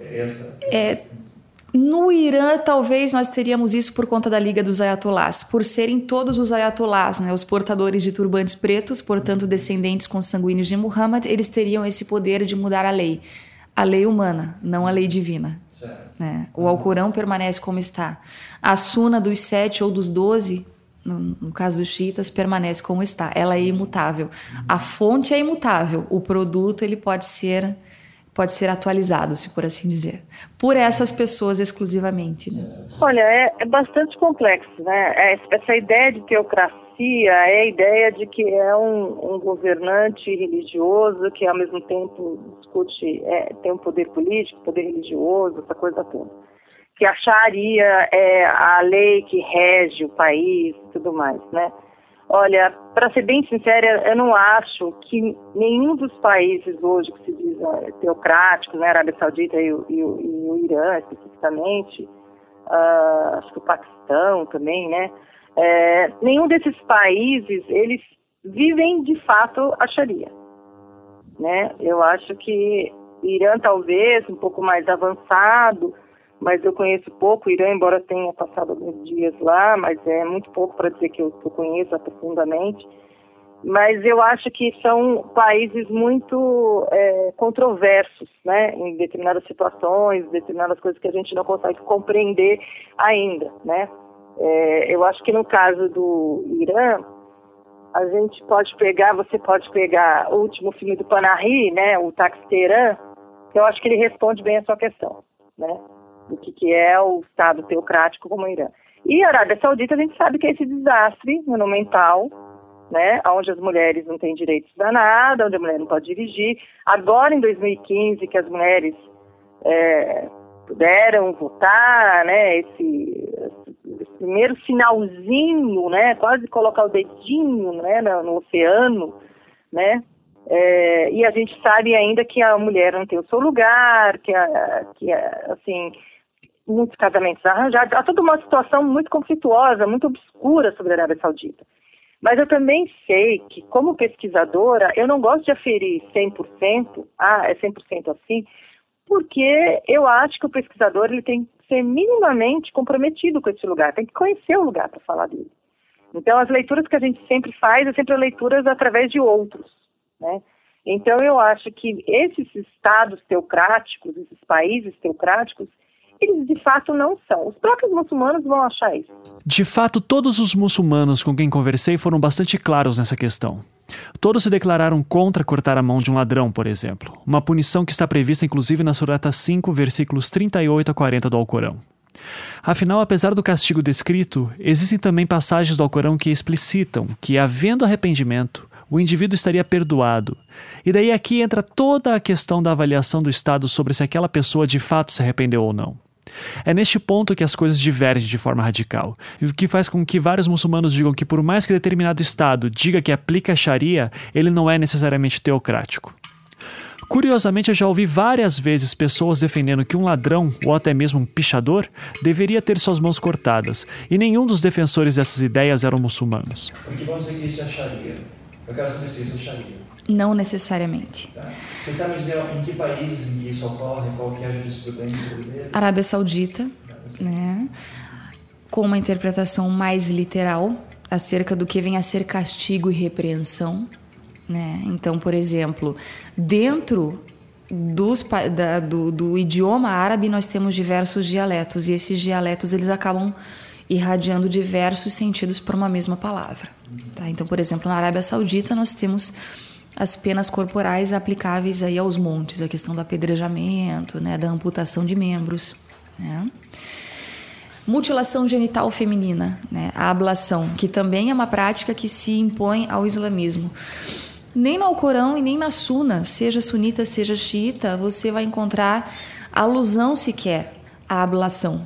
S2: lei.
S5: No Irã, talvez nós teríamos isso por conta da Liga dos Ayatollahs, por serem todos os Ayatollahs, né, os portadores de turbantes pretos, portanto descendentes consanguíneos de Muhammad, eles teriam esse poder de mudar a lei humana, não a lei divina. Né? O Alcorão permanece como está. A Suna dos 7 ou dos 12... no caso dos xiitas, permanece como está. Ela é imutável. A fonte é imutável. O produto ele pode ser atualizado, se por assim dizer, por essas pessoas exclusivamente. Né?
S6: Olha, é bastante complexo, né? Essa ideia de teocracia é a ideia de que é um governante religioso que ao mesmo tempo discute, tem um poder político, poder religioso, essa coisa toda. Que a Sharia é a lei que rege o país e tudo mais, né? Olha, para ser bem sincera, eu não acho que nenhum dos países hoje que se diz teocráticos, né, Arábia Saudita e o Irã especificamente, acho que o Paquistão também, né? Nenhum desses países, eles vivem de fato a Sharia, né? Eu acho que o Irã talvez um pouco mais avançado, mas eu conheço pouco o Irã, embora tenha passado alguns dias lá, mas é muito pouco para dizer que eu conheço profundamente. Mas eu acho que são países muito controversos, né, em determinadas situações, determinadas coisas que a gente não consegue compreender ainda, né. Eu acho que no caso do Irã, você pode pegar o último filme do Panahi, né, o Táxi Teherã, que eu acho que ele responde bem a sua questão, né, do que é o Estado teocrático como o Irã. E a Arábia Saudita, a gente sabe que é esse desastre monumental, né, onde as mulheres não têm direitos a nada, onde a mulher não pode dirigir. Agora, em 2015, que as mulheres puderam votar, né, esse primeiro sinalzinho, né, quase colocar o dedinho, né, no oceano, né, e a gente sabe ainda que a mulher não tem o seu lugar, que assim, muitos casamentos arranjados, há toda uma situação muito conflituosa, muito obscura sobre a Arábia Saudita. Mas eu também sei que, como pesquisadora, eu não gosto de aferir 100%, é 100% assim, porque eu acho que o pesquisador ele tem que ser minimamente comprometido com esse lugar, tem que conhecer o lugar para falar dele. Então, as leituras que a gente sempre faz é sempre leituras através de outros, né? Então, eu acho que esses estados teocráticos, esses países teocráticos, eles de fato não são. Os próprios muçulmanos vão achar isso.
S2: De fato, todos os muçulmanos com quem conversei foram bastante claros nessa questão. Todos se declararam contra cortar a mão de um ladrão, por exemplo, uma punição que está prevista inclusive na Surata 5, versículos 38 a 40 do Alcorão. Afinal, apesar do castigo descrito, existem também passagens do Alcorão que explicitam que, havendo arrependimento, o indivíduo estaria perdoado. E daí aqui entra toda a questão da avaliação do Estado sobre se aquela pessoa de fato se arrependeu ou não. É neste ponto que as coisas divergem de forma radical, e o que faz com que vários muçulmanos digam que por mais que determinado Estado diga que aplica a Sharia, ele não é necessariamente teocrático. Curiosamente, eu já ouvi várias vezes pessoas defendendo que um ladrão, ou até mesmo um pichador, deveria ter suas mãos cortadas, e nenhum dos defensores dessas ideias eram muçulmanos.
S7: Porque vamos dizer que isso é Sharia. Eu quero saber se isso é Sharia.
S5: Não necessariamente.
S7: Tá. Você sabe dizer em que países em que isso ocorre, qual que é a jurisprudência dele?
S5: Arábia Saudita, né, com uma interpretação mais literal acerca do que vem a ser castigo e repreensão. Né? Então, por exemplo, dentro do idioma árabe nós temos diversos dialetos, e esses dialetos eles acabam irradiando diversos sentidos para uma mesma palavra. Tá? Então, por exemplo, na Arábia Saudita nós temos as penas corporais aplicáveis aí aos montes, a questão do apedrejamento, né, da amputação de membros, né? Mutilação genital feminina, né, a ablação, que também é uma prática que se impõe ao islamismo. Nem no Alcorão e nem na Suna, seja sunita, seja xiita, você vai encontrar alusão sequer à ablação.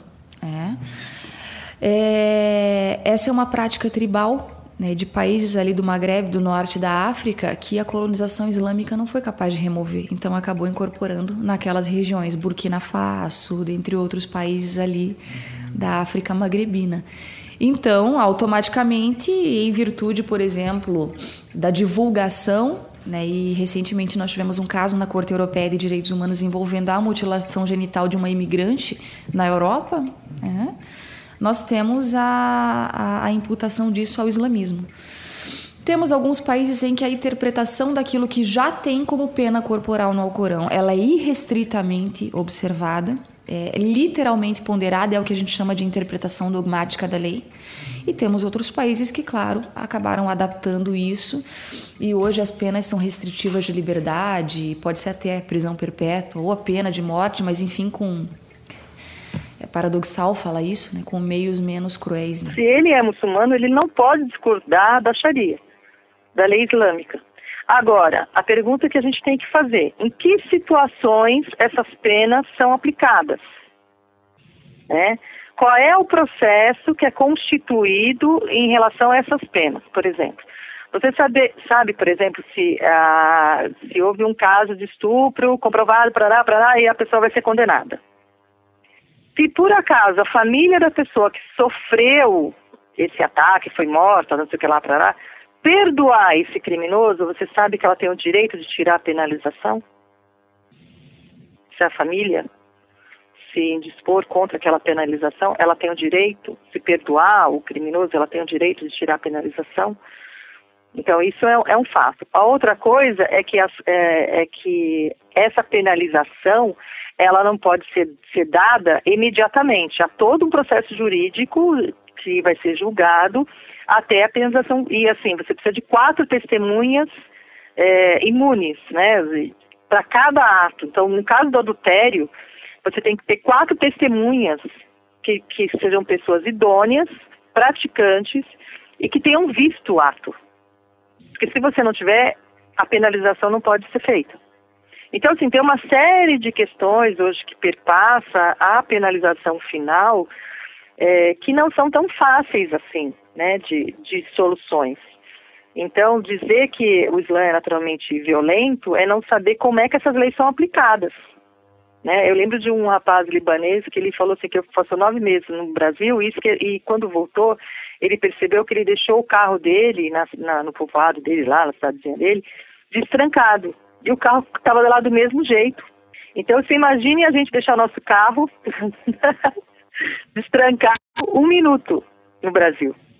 S5: Essa é uma prática tribal, né, de países ali do Maghreb, do norte da África, que a colonização islâmica não foi capaz de remover. Então acabou incorporando naquelas regiões, Burkina Faso, dentre outros países ali da África magrebina. Então, automaticamente, em virtude, por exemplo, da divulgação, né, e recentemente nós tivemos um caso na Corte Europeia de Direitos Humanos envolvendo a mutilação genital de uma imigrante na Europa, né, nós temos a imputação disso ao islamismo. Temos alguns países em que a interpretação daquilo que já tem como pena corporal no Alcorão, ela é irrestritamente observada, literalmente ponderada, é o que a gente chama de interpretação dogmática da lei. E temos outros países que, claro, acabaram adaptando isso, e hoje as penas são restritivas de liberdade, pode ser até prisão perpétua ou a pena de morte, mas enfim, é paradoxal falar isso, né, com meios menos cruéis. Né?
S6: Se ele é muçulmano, ele não pode discordar da Sharia, da lei islâmica. Agora, a pergunta que a gente tem que fazer: em que situações essas penas são aplicadas? Né? Qual é o processo que é constituído em relação a essas penas, por exemplo? Você sabe, por exemplo, se houve um caso de estupro comprovado, e a pessoa vai ser condenada. Se por acaso a família da pessoa que sofreu esse ataque, foi morta, não sei o que lá, perdoar esse criminoso, você sabe que ela tem o direito de tirar a penalização? Se a família se indispor contra aquela penalização, ela tem o direito, se perdoar o criminoso, ela tem o direito de tirar a penalização? Então, isso é um fato. A outra coisa é que essa penalização, ela não pode ser dada imediatamente. Há todo um processo jurídico que vai ser julgado até a penalização. E assim, você precisa de 4 testemunhas imunes, né, para cada ato. Então, no caso do adultério, você tem que ter 4 testemunhas que sejam pessoas idôneas, praticantes e que tenham visto o ato. Porque se você não tiver, a penalização não pode ser feita. Então, assim, tem uma série de questões hoje que perpassa a penalização final que não são tão fáceis assim, né, de soluções. Então, dizer que o Islã é naturalmente violento é não saber como é que essas leis são aplicadas. Né? Eu lembro de um rapaz libanês que ele falou assim, que passou 9 meses no Brasil e quando voltou, ele percebeu que ele deixou o carro dele no povoado dele, lá na cidadezinha dele, destrancado. E o carro estava lá do mesmo jeito. Então, você imagine a gente deixar nosso carro destrancado 1 minuto no Brasil.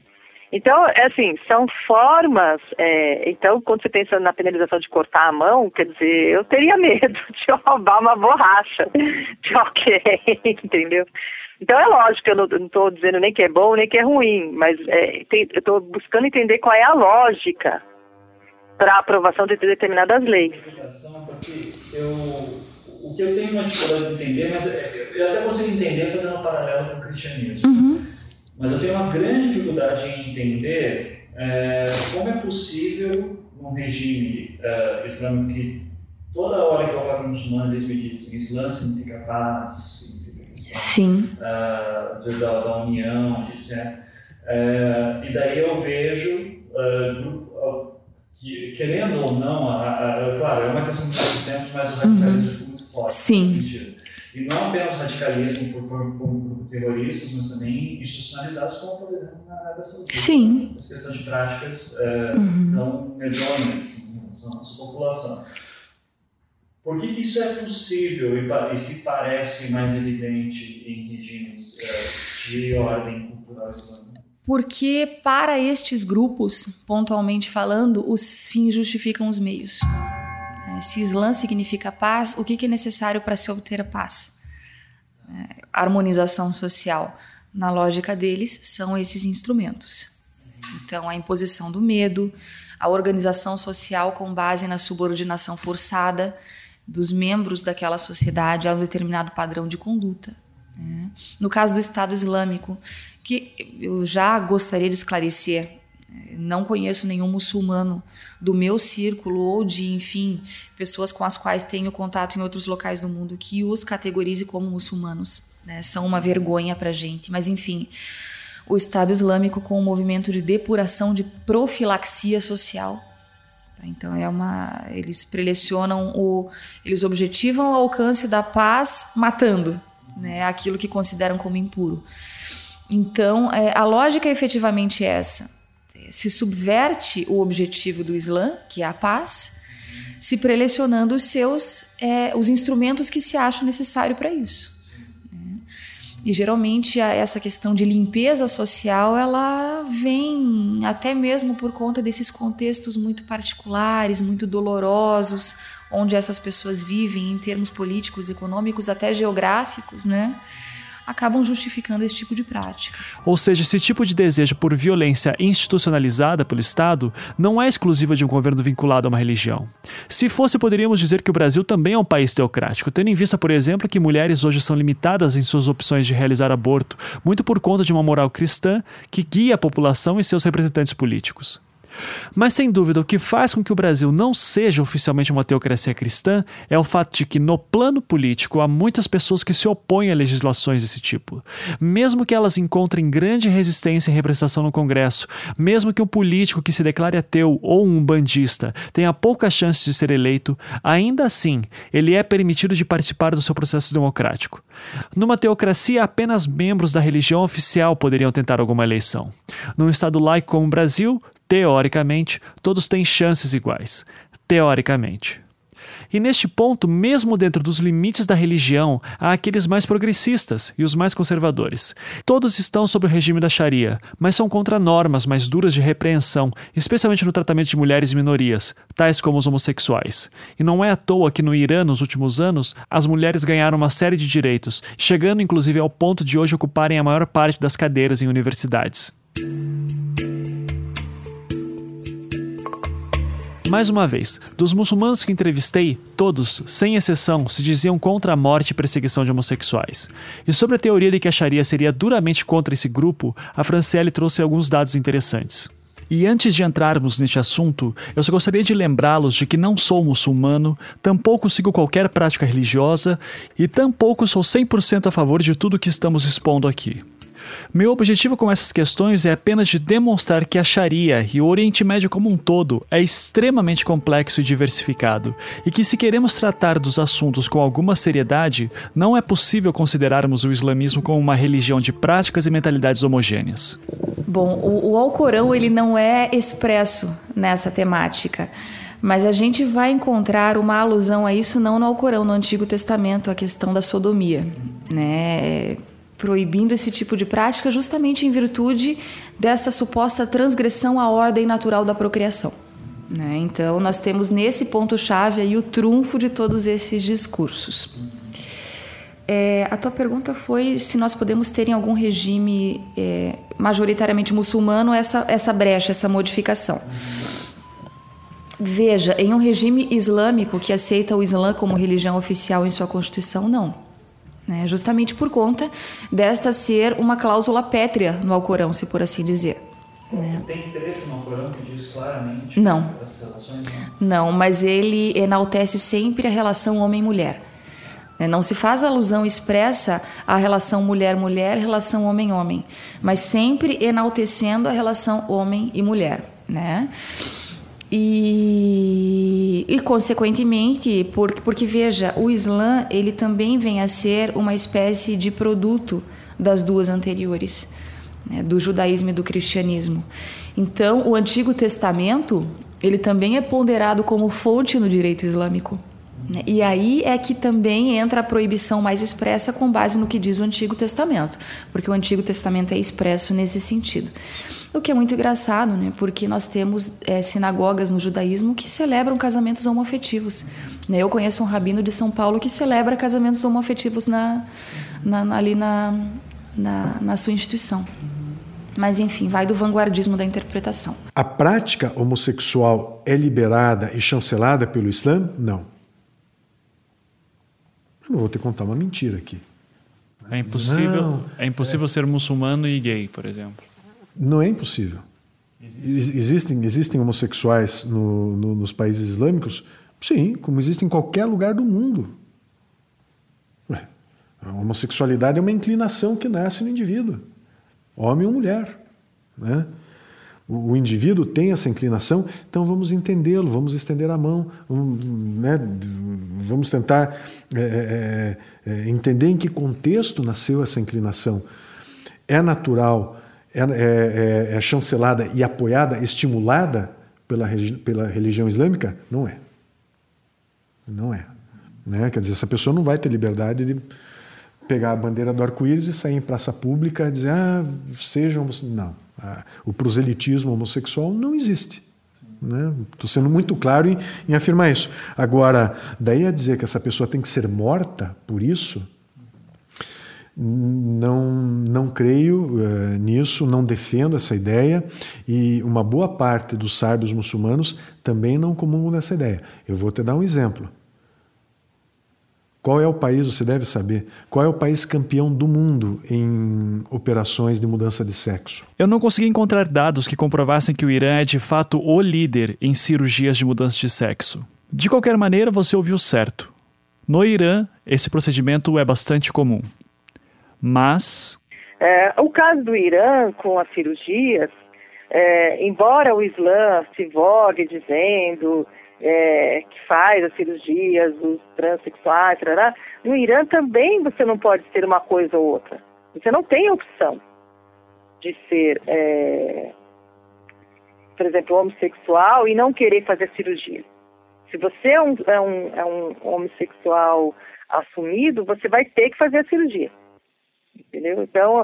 S6: Então, assim, são formas... então, quando você pensa na penalização de cortar a mão, quer dizer, eu teria medo de roubar uma borracha de alguém, entendeu? Então, é lógico, eu não estou dizendo nem que é bom, nem que é ruim, mas eu estou buscando entender qual é a lógica para a aprovação de determinadas leis.
S7: Porque o que eu tenho uma dificuldade de entender, mas eu até consigo entender fazendo um paralelo com o cristianismo.
S5: Uhum.
S7: Mas eu tenho uma grande dificuldade em entender como é possível num regime islâmico que toda hora que eu falo para um muçulmano eles me dizem que Islã significa paz, significa
S5: Sim.
S7: Da união, etc. E daí eu vejo, que, querendo ou não, claro, é uma questão de tempo, mas o radicalismo fica muito forte.
S5: Sim.
S7: Nesse sentido. E não apenas radicalismo por terroristas, mas também institucionalizados, como, por exemplo, na Arábia Saudita.
S5: Sim.
S7: As questões de práticas tão medonhas em relação à sua população. Por que isso é possível e se parece mais evidente em regimes de ordem cultural islâmica?
S5: Porque para estes grupos, pontualmente falando, os fins justificam os meios. Se Islã significa paz, o que é necessário para se obter a paz? Harmonização social. Na lógica deles, são esses instrumentos. Então, a imposição do medo, a organização social com base na subordinação forçada dos membros daquela sociedade a um determinado padrão de conduta. No caso do Estado Islâmico, que eu já gostaria de esclarecer, não conheço nenhum muçulmano do meu círculo ou de, enfim, pessoas com as quais tenho contato em outros locais do mundo que os categorize como muçulmanos. São uma vergonha para a gente. Mas, enfim, o Estado Islâmico com um movimento de depuração, de profilaxia social. Então, eles prelecionam, eles objetivam o alcance da paz matando aquilo que consideram como impuro. Então, a lógica é efetivamente essa. Se subverte o objetivo do Islã, que é a paz, se prelecionando os instrumentos que se acham necessários para isso. E geralmente essa questão de limpeza social, ela vem até mesmo por conta desses contextos muito particulares, muito dolorosos, onde essas pessoas vivem em termos políticos, econômicos, até geográficos, acabam justificando esse tipo de prática.
S2: Ou seja, esse tipo de desejo por violência institucionalizada pelo Estado não é exclusiva de um governo vinculado a uma religião. Se fosse, poderíamos dizer que o Brasil também é um país teocrático, tendo em vista, por exemplo, que mulheres hoje são limitadas em suas opções de realizar aborto, muito por conta de uma moral cristã que guia a população e seus representantes políticos. Mas, sem dúvida, o que faz com que o Brasil não seja oficialmente uma teocracia cristã é o fato de que, no plano político, há muitas pessoas que se opõem a legislações desse tipo. Mesmo que elas encontrem grande resistência em representação no Congresso, mesmo que um político que se declare ateu ou um umbandista tenha poucas chances de ser eleito, ainda assim, ele é permitido de participar do seu processo democrático. Numa teocracia, apenas membros da religião oficial poderiam tentar alguma eleição. Num Estado laico como o Brasil, teoricamente, todos têm chances iguais. Teoricamente. E neste ponto, mesmo dentro dos limites da religião, há aqueles mais progressistas e os mais conservadores. Todos estão sob o regime da Sharia, mas são contra normas mais duras de repreensão, especialmente no tratamento de mulheres e minorias, tais como os homossexuais. E não é à toa que no Irã, nos últimos anos, as mulheres ganharam uma série de direitos, chegando inclusive ao ponto de hoje ocuparem a maior parte das cadeiras em universidades. Mais uma vez, dos muçulmanos que entrevistei, todos, sem exceção, se diziam contra a morte e perseguição de homossexuais. E sobre a teoria de que a Sharia seria duramente contra esse grupo, a Franciele trouxe alguns dados interessantes. E antes de entrarmos neste assunto, eu só gostaria de lembrá-los de que não sou muçulmano, tampouco sigo qualquer prática religiosa e tampouco sou 100% a favor de tudo que estamos expondo aqui. Meu objetivo com essas questões é apenas de demonstrar que a Sharia e o Oriente Médio como um todo é extremamente complexo e diversificado, e que se queremos tratar dos assuntos com alguma seriedade, não é possível considerarmos o islamismo como uma religião de práticas e mentalidades homogêneas.
S5: Bom, o Alcorão ele não é expresso nessa temática, mas a gente vai encontrar uma alusão a isso não no Alcorão, no Antigo Testamento, a questão da sodomia, proibindo esse tipo de prática justamente em virtude dessa suposta transgressão à ordem natural da procriação, né? Então, nós temos nesse ponto-chave aí o trunfo de todos esses discursos. A tua pergunta foi se nós podemos ter em algum regime majoritariamente muçulmano essa brecha, essa modificação. Veja, em um regime islâmico que aceita o Islã como religião oficial em sua Constituição, não. Né? Justamente por conta desta ser uma cláusula pétrea no Alcorão, se por assim dizer. Né?
S7: Tem trecho no Alcorão que diz claramente
S5: não.
S7: Essas relações?
S5: Não, mas ele enaltece sempre a relação homem-mulher. Não se faz alusão expressa à relação mulher-mulher, relação homem-homem, mas sempre enaltecendo a relação homem e mulher, né? E consequentemente, porque veja, o Islã ele também vem a ser uma espécie de produto das duas anteriores, né, do judaísmo e do cristianismo. Então, o Antigo Testamento ele também é ponderado como fonte no direito islâmico. Né? E aí é que também entra a proibição mais expressa com base no que diz o Antigo Testamento, porque o Antigo Testamento é expresso nesse sentido. O que é muito engraçado, né? Porque nós temos sinagogas no judaísmo que celebram casamentos homoafetivos. Né? Eu conheço um rabino de São Paulo que celebra casamentos homoafetivos ali na sua instituição. Mas, enfim, vai do vanguardismo da interpretação.
S1: A prática homossexual é liberada e chancelada pelo Islã? Não. Eu não vou te contar uma mentira aqui.
S2: É impossível ser muçulmano e gay, por exemplo.
S1: Não é impossível. Existem homossexuais nos países islâmicos? Sim, como existe em qualquer lugar do mundo. A homossexualidade é uma inclinação que nasce no indivíduo, homem ou mulher, né? O indivíduo tem essa inclinação, então vamos entendê-lo, vamos estender a mão, vamos tentar entender em que contexto nasceu essa inclinação. É natural, é chancelada e apoiada, estimulada pela religião islâmica? Não é. Não é. Né? Quer dizer, essa pessoa não vai ter liberdade de pegar a bandeira do arco-íris e sair em praça pública e dizer, sejam... Não. O proselitismo homossexual não existe. Estou sendo muito claro em afirmar isso. Agora, daí a dizer que essa pessoa tem que ser morta por isso, não creio nisso, não defendo essa ideia, e uma boa parte dos sábios muçulmanos também não comungam dessa ideia. Eu vou te dar um exemplo. Qual é o país, você deve saber, qual é o país campeão do mundo em operações de mudança de sexo?
S2: Eu não consegui encontrar dados que comprovassem que o Irã é de fato o líder em cirurgias de mudança de sexo. De qualquer maneira, você ouviu certo. No Irã, esse procedimento é bastante comum. Mas...
S6: o caso do Irã com as cirurgias, embora o Islã se vogue dizendo... que faz as cirurgias, os transexuais, no Irã também você não pode ser uma coisa ou outra. Você não tem opção de ser, por exemplo, homossexual e não querer fazer cirurgia. Se você é um homossexual assumido, você vai ter que fazer a cirurgia. Entendeu? Então,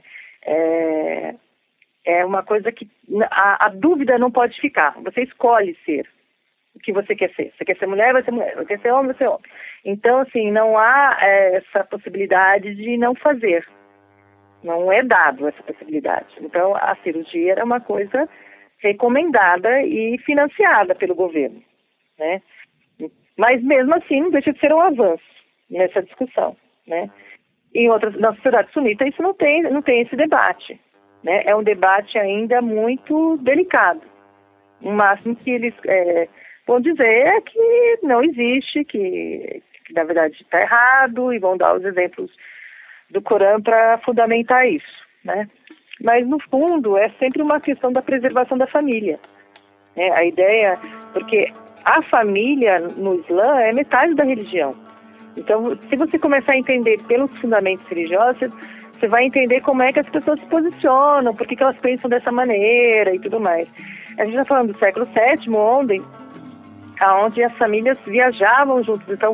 S6: é uma coisa que a dúvida não pode ficar. Você escolhe ser o que você quer ser. Você quer ser mulher, vai ser mulher. Você quer ser homem, vai ser homem. Então, assim, não há essa possibilidade de não fazer. Não é dado essa possibilidade. Então, a cirurgia era uma coisa recomendada e financiada pelo governo, né? Mas, mesmo assim, não deixa de ser um avanço nessa discussão, né? Na sociedade sunita, isso não tem esse debate, né? É um debate ainda muito delicado. O máximo que eles... vão dizer que não existe, que na verdade está errado, e vão dar os exemplos do Corão para fundamentar isso, né? Mas no fundo é sempre uma questão da preservação da família, né? A ideia, porque a família no Islã é metade da religião. Então, se você começar a entender pelos fundamentos religiosos, você vai entender como é que as pessoas se posicionam, por que elas pensam dessa maneira e tudo mais. A gente está falando do século VII, onde as famílias viajavam juntos. Então,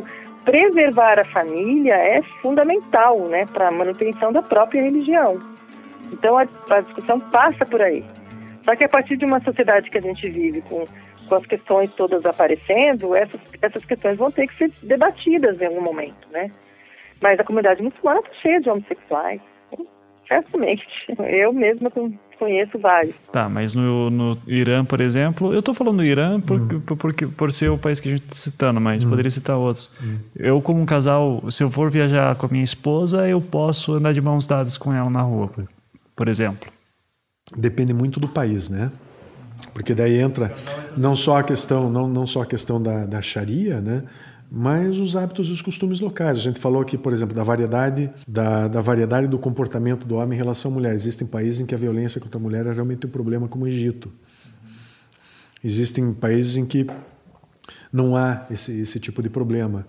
S6: preservar a família é fundamental, né, para a manutenção da própria religião. Então a discussão passa por aí. Só que a partir de uma sociedade que a gente vive com as questões todas aparecendo, essas questões vão ter que ser debatidas em algum momento, né? Mas a comunidade muçulmana está cheia de homossexuais, certamente. Eu mesma conheço vários.
S2: Tá, mas no Irã, por exemplo, eu estou falando do Irã por ser o país que a gente está citando, mas poderia citar outros. Eu, como um casal, se eu for viajar com a minha esposa, eu posso andar de mãos dadas com ela na rua, por exemplo.
S1: Depende muito do país, né? Porque daí entra não só a questão, não só a questão da Sharia, né? Mas os hábitos e os costumes locais. A gente falou aqui, por exemplo, da variedade do comportamento do homem em relação à mulher. Existem países em que a violência contra a mulher é realmente um problema, como o Egito. Existem países em que não há esse tipo de problema.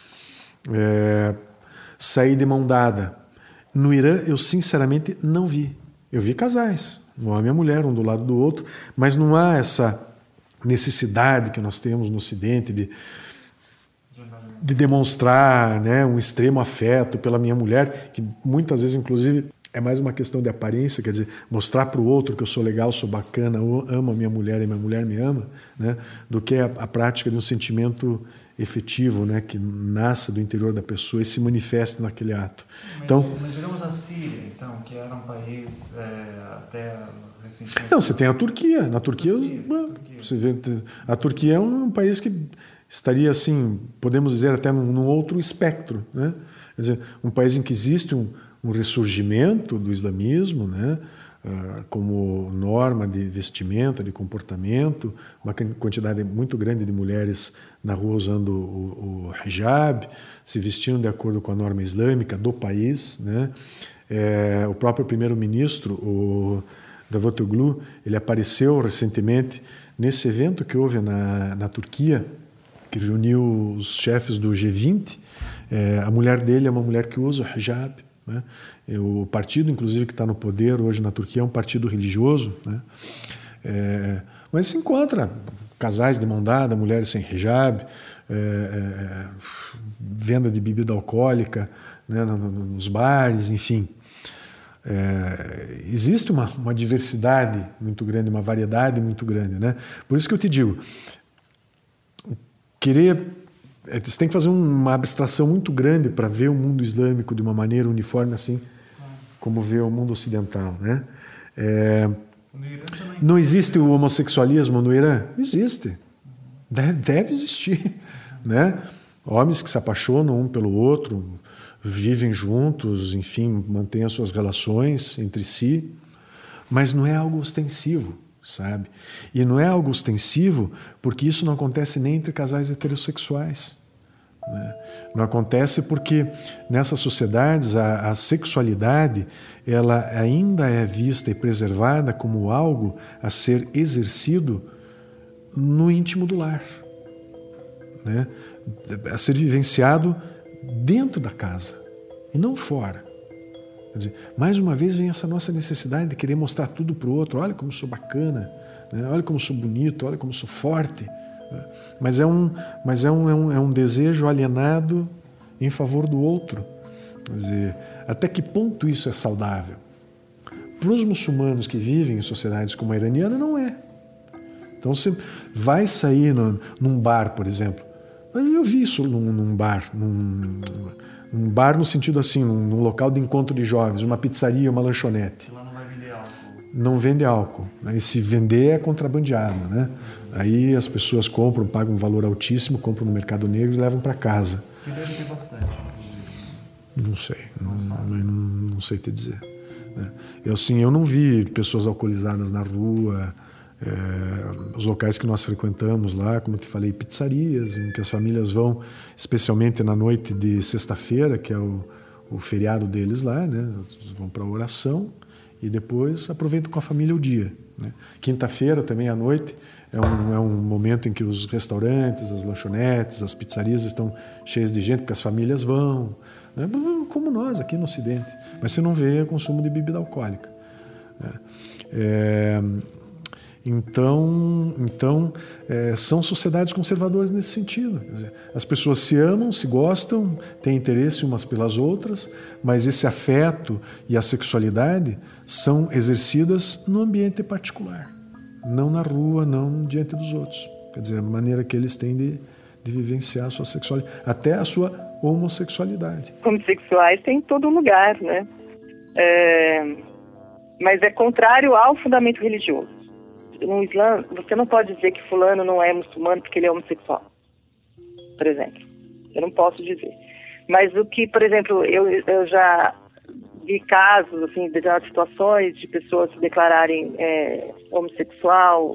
S1: Sair de mão dada. No Irã, eu sinceramente não vi. Eu vi casais, um homem e a mulher, um do lado do outro, mas não há essa necessidade que nós temos no Ocidente de demonstrar, né, um extremo afeto pela minha mulher, que muitas vezes, inclusive, é mais uma questão de aparência, quer dizer, mostrar para o outro que eu sou legal, sou bacana, amo a minha mulher e minha mulher me ama, né, do que a prática de um sentimento efetivo, né, que nasce do interior da pessoa e se manifesta naquele ato.
S2: Mas digamos a Síria, então, que era um país até recentemente...
S1: Não, você tem a Turquia. Na Turquia. Você vê, a Turquia é um país que estaria, assim, podemos dizer, até num outro espectro, né? Quer dizer, um país em que existe um ressurgimento do islamismo, né? Como norma de vestimenta, de comportamento, uma quantidade muito grande de mulheres na rua usando o hijab, se vestindo de acordo com a norma islâmica do país, né? O próprio primeiro-ministro, o Davutoglu, ele apareceu recentemente nesse evento que houve na Turquia, que reuniu os chefes do G20. A mulher dele é uma mulher que usa o hijab, né? O partido, inclusive, que está no poder hoje na Turquia é um partido religioso, né? Mas se encontra casais de mão dada, mulheres sem hijab, venda de bebida alcoólica, né, nos bares, enfim. Existe uma diversidade muito grande, uma variedade muito grande, né? Por isso que eu te digo, você tem que fazer uma abstração muito grande para ver o mundo islâmico de uma maneira uniforme assim, como vê o mundo ocidental, né? Não existe o homossexualismo no Irã? Existe. Deve existir, né? Homens que se apaixonam um pelo outro, vivem juntos, enfim, mantêm as suas relações entre si, mas não é algo ostensivo, sabe? E não é algo ostensivo porque isso não acontece nem entre casais heterossexuais, né? Não acontece porque nessas sociedades a sexualidade ela ainda é vista e preservada como algo a ser exercido no íntimo do lar, né? A ser vivenciado dentro da casa e não fora. Quer dizer, mais uma vez vem essa nossa necessidade de querer mostrar tudo para o outro. Olha como sou bacana, né? Olha como sou bonito, olha como sou forte. Mas é um desejo alienado em favor do outro. Quer dizer, até que ponto isso é saudável? Para os muçulmanos que vivem em sociedades como a iraniana, não é. Então você vai sair num bar, por exemplo. Eu vi isso num bar, num bar no sentido assim, num local de encontro de jovens, uma pizzaria, uma lanchonete.
S2: Lá não vai vender álcool.
S1: Não vende álcool, né? E se vender é contrabandeado, né? Aí as pessoas compram, pagam um valor altíssimo, compram no mercado negro e levam para casa.
S2: Que deve ter bastante.
S1: Não sei, não sei te dizer, né? Eu não vi pessoas alcoolizadas na rua. Os locais que nós frequentamos lá, como eu te falei, pizzarias, em que as famílias vão, especialmente na noite de sexta-feira, que é o feriado deles lá, né? Vão para a oração e depois aproveitam com a família o dia, né? Quinta-feira também à noite é um momento em que os restaurantes, as lanchonetes, as pizzarias estão cheias de gente, porque as famílias vão, né? Como nós aqui no Ocidente, mas você não vê o consumo de bebida alcoólica, né? Então são sociedades conservadoras nesse sentido. Quer dizer, as pessoas se amam, se gostam, têm interesse umas pelas outras, mas esse afeto e a sexualidade são exercidas no ambiente particular, não na rua, não diante dos outros. Quer dizer, a maneira que eles têm de vivenciar a sua sexualidade, até a sua homossexualidade.
S6: Homossexuais tem em todo lugar, né? Mas é contrário ao fundamento religioso. No Islã, você não pode dizer que fulano não é muçulmano porque ele é homossexual, por exemplo. Eu não posso dizer. Mas o que, por exemplo, eu já vi casos, assim, de situações de pessoas se declararem homossexual,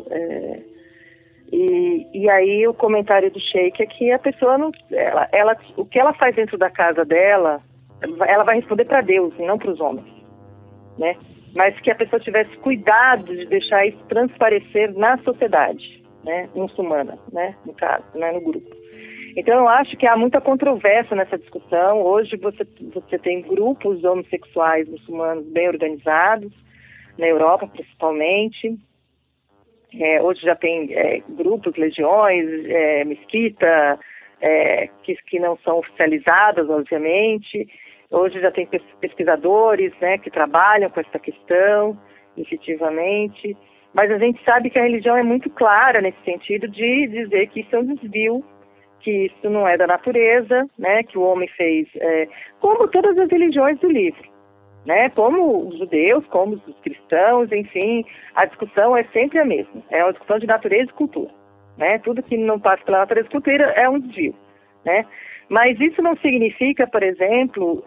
S6: e aí o comentário do sheik é que a pessoa não, o que ela faz dentro da casa dela, ela vai responder para Deus e não para os homens, né? Mas que a pessoa tivesse cuidado de deixar isso transparecer na sociedade, né, muçulmana, né, no caso, né, no grupo. Então eu acho que há muita controvérsia nessa discussão. Hoje você tem grupos homossexuais muçulmanos bem organizados, na Europa principalmente. Hoje já tem grupos, legiões, mesquita, que não são oficializadas, obviamente. Hoje já tem pesquisadores, né, que trabalham com essa questão, efetivamente. Mas a gente sabe que a religião é muito clara nesse sentido de dizer que isso é um desvio, que isso não é da natureza, né, que o homem fez, como todas as religiões do livro, né, como os judeus, como os cristãos, enfim, a discussão é sempre a mesma. É uma discussão de natureza e cultura, né? Tudo que não passa pela natureza e cultura é um desvio, né? Mas isso não significa, por exemplo,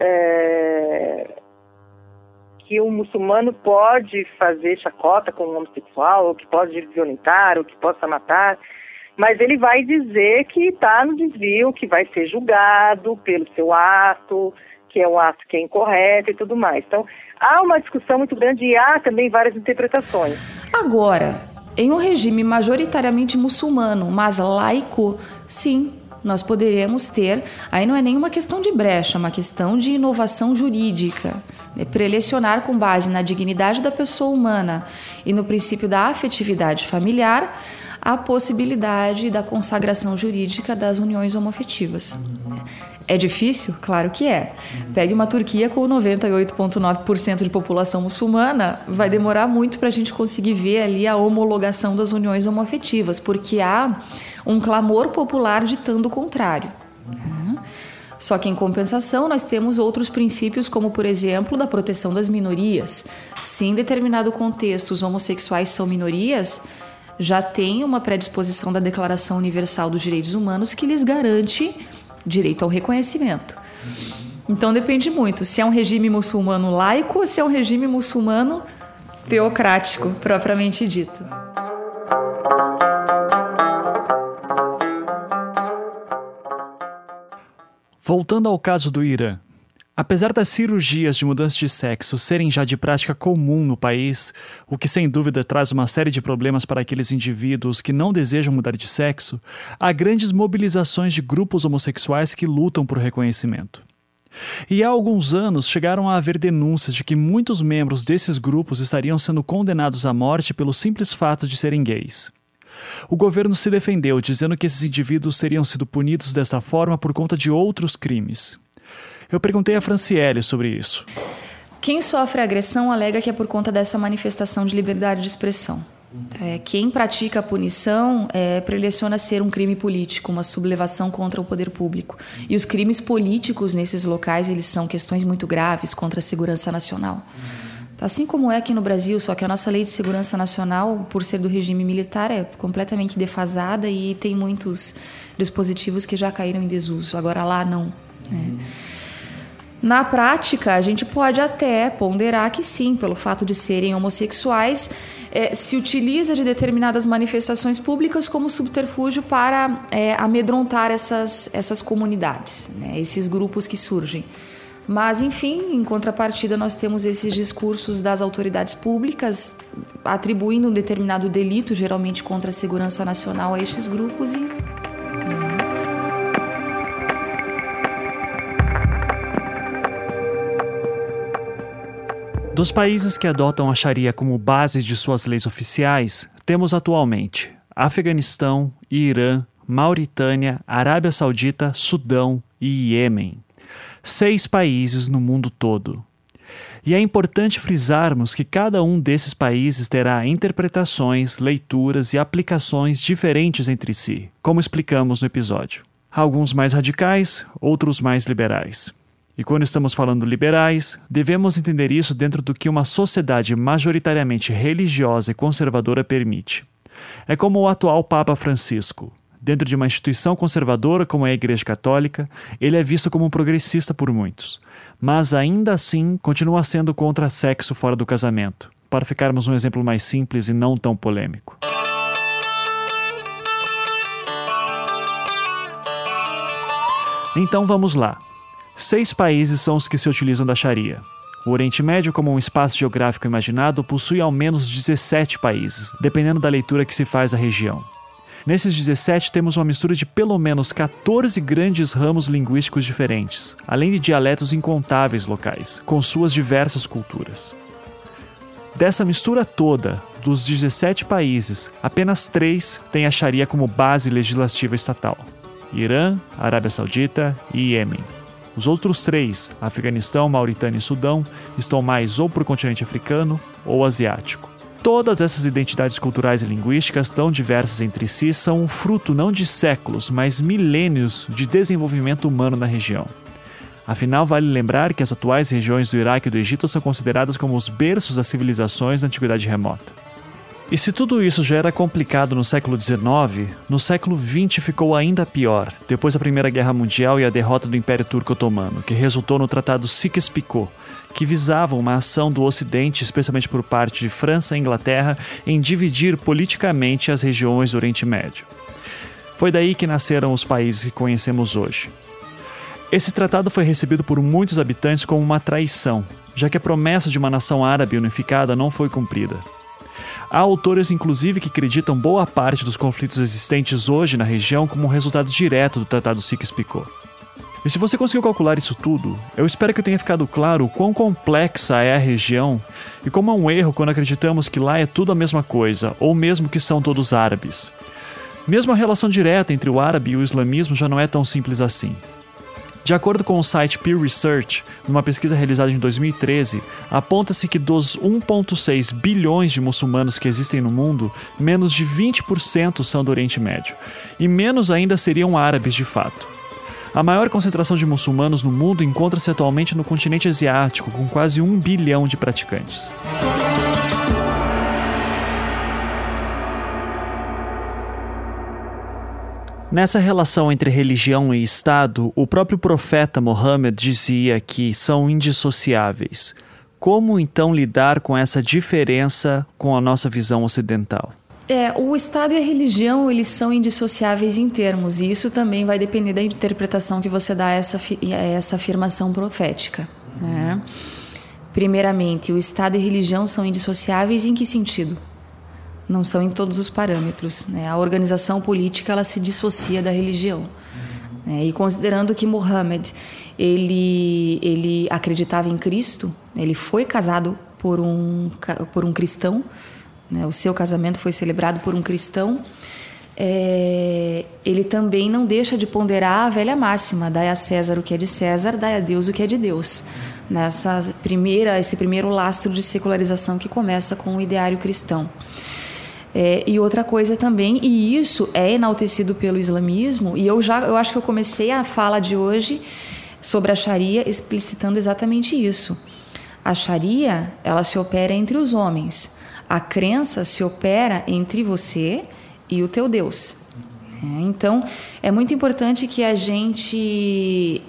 S6: que um muçulmano pode fazer chacota com um homossexual, ou que pode violentar, ou que possa matar, mas ele vai dizer que está no desvio, que vai ser julgado pelo seu ato, que é um ato que é incorreto e tudo mais. Então, há uma discussão muito grande e há também várias interpretações.
S5: Agora, em um regime majoritariamente muçulmano, mas laico, sim, nós poderemos ter, aí não é nenhuma questão de brecha, é uma questão de inovação jurídica, prelecionar com base na dignidade da pessoa humana e no princípio da afetividade familiar, a possibilidade da consagração jurídica das uniões homoafetivas. É difícil? Claro que é. Pegue uma Turquia com 98,9% de população muçulmana, vai demorar muito para a gente conseguir ver ali a homologação das uniões homoafetivas, porque há um clamor popular ditando o contrário. Só que, em compensação, nós temos outros princípios, como, por exemplo, da proteção das minorias. Se em determinado contexto os homossexuais são minorias, já tem uma predisposição da Declaração Universal dos Direitos Humanos que lhes garante direito ao reconhecimento. Então depende muito se é um regime muçulmano laico ou se é um regime muçulmano teocrático, propriamente dito.
S2: Voltando ao caso do Irã, apesar das cirurgias de mudança de sexo serem já de prática comum no país, o que sem dúvida traz uma série de problemas para aqueles indivíduos que não desejam mudar de sexo, há grandes mobilizações de grupos homossexuais que lutam por reconhecimento. E há alguns anos chegaram a haver denúncias de que muitos membros desses grupos estariam sendo condenados à morte pelo simples fato de serem gays. O governo se defendeu, dizendo que esses indivíduos teriam sido punidos desta forma por conta de outros crimes. Eu perguntei a Franciele sobre isso.
S5: Quem sofre agressão alega que é por conta dessa manifestação de liberdade de expressão. Quem pratica a punição preleciona ser um crime político, uma sublevação contra o poder público. E os crimes políticos nesses locais, eles são questões muito graves contra a segurança nacional. Assim como é aqui no Brasil, só que a nossa lei de segurança nacional, por ser do regime militar, é completamente defasada e tem muitos dispositivos que já caíram em desuso. Agora lá não. Na prática, a gente pode até ponderar que sim, pelo fato de serem homossexuais, se utiliza de determinadas manifestações públicas como subterfúgio para amedrontar essas comunidades, né, esses grupos que surgem. Mas, enfim, em contrapartida, nós temos esses discursos das autoridades públicas atribuindo um determinado delito, geralmente contra a segurança nacional, a estes grupos e...
S2: Dos países que adotam a Sharia como base de suas leis oficiais, temos atualmente Afeganistão, Irã, Mauritânia, Arábia Saudita, Sudão e Iêmen. 6 países no mundo todo. E é importante frisarmos que cada um desses países terá interpretações, leituras e aplicações diferentes entre si, como explicamos no episódio. Alguns mais radicais, outros mais liberais. E quando estamos falando liberais, devemos entender isso dentro do que uma sociedade majoritariamente religiosa e conservadora permite. É como o atual Papa Francisco. Dentro de uma instituição conservadora como é a Igreja Católica, ele é visto como um progressista por muitos, mas ainda assim continua sendo contra sexo fora do casamento, para ficarmos um exemplo mais simples e não tão polêmico. Então vamos lá. 6 países são os que se utilizam da Sharia. O Oriente Médio, como um espaço geográfico imaginado, possui ao menos 17 países, dependendo da leitura que se faz da região. Nesses 17 temos uma mistura de pelo menos 14 grandes ramos linguísticos diferentes, além de dialetos incontáveis locais, com suas diversas culturas. Dessa mistura toda, dos 17 países, apenas 3 têm a Sharia como base legislativa estatal: Irã, Arábia Saudita e Iêmen. Os outros 3, Afeganistão, Mauritânia e Sudão, estão mais ou para o continente africano ou asiático. Todas essas identidades culturais e linguísticas, tão diversas entre si, são um fruto não de séculos, mas milênios de desenvolvimento humano na região. Afinal, vale lembrar que as atuais regiões do Iraque e do Egito são consideradas como os berços das civilizações da Antiguidade Remota. E se tudo isso já era complicado no século XIX, no século XX ficou ainda pior, depois da Primeira Guerra Mundial e a derrota do Império Turco Otomano, que resultou no Tratado Sykes-Picot, que visavam uma ação do Ocidente, especialmente por parte de França e Inglaterra, em dividir politicamente as regiões do Oriente Médio. Foi daí que nasceram os países que conhecemos hoje. Esse tratado foi recebido por muitos habitantes como uma traição, já que a promessa de uma nação árabe unificada não foi cumprida. Há autores, inclusive, que acreditam boa parte dos conflitos existentes hoje na região como um resultado direto do Tratado Sykes-Picot. E se você conseguiu calcular isso tudo, eu espero que tenha ficado claro o quão complexa é a região e como é um erro quando acreditamos que lá é tudo a mesma coisa, ou mesmo que são todos árabes. Mesmo a relação direta entre o árabe e o islamismo já não é tão simples assim. De acordo com o site Pew Research, numa pesquisa realizada em 2013, aponta-se que dos 1,6 bilhões de muçulmanos que existem no mundo, menos de 20% são do Oriente Médio, e menos ainda seriam árabes de fato. A maior concentração de muçulmanos no mundo encontra-se atualmente no continente asiático, com quase 1 bilhão de praticantes. Nessa relação entre religião e Estado, o próprio profeta Mohammed dizia que são indissociáveis. Como então lidar com essa diferença com a nossa visão ocidental?
S5: O Estado e a religião, eles são indissociáveis em termos, e isso também vai depender da interpretação que você dá a essa afirmação profética, né? Primeiramente, o Estado e a religião são indissociáveis em que sentido? Não são em todos os parâmetros, né? A organização política, ela se dissocia da religião, né? E considerando que Mohammed, ele acreditava em Cristo, ele foi casado por um cristão, né? O seu casamento foi celebrado por um cristão, ele também não deixa de ponderar a velha máxima: dai a César o que é de César, dai a Deus o que é de Deus. Esse primeiro lastro de secularização que começa com o ideário cristão. E outra coisa também, e isso é enaltecido pelo islamismo, e eu acho que eu comecei a fala de hoje sobre a Sharia explicitando exatamente isso. A Sharia, ela se opera entre os homens. A crença se opera entre você e o teu Deus. Então, é muito importante que a gente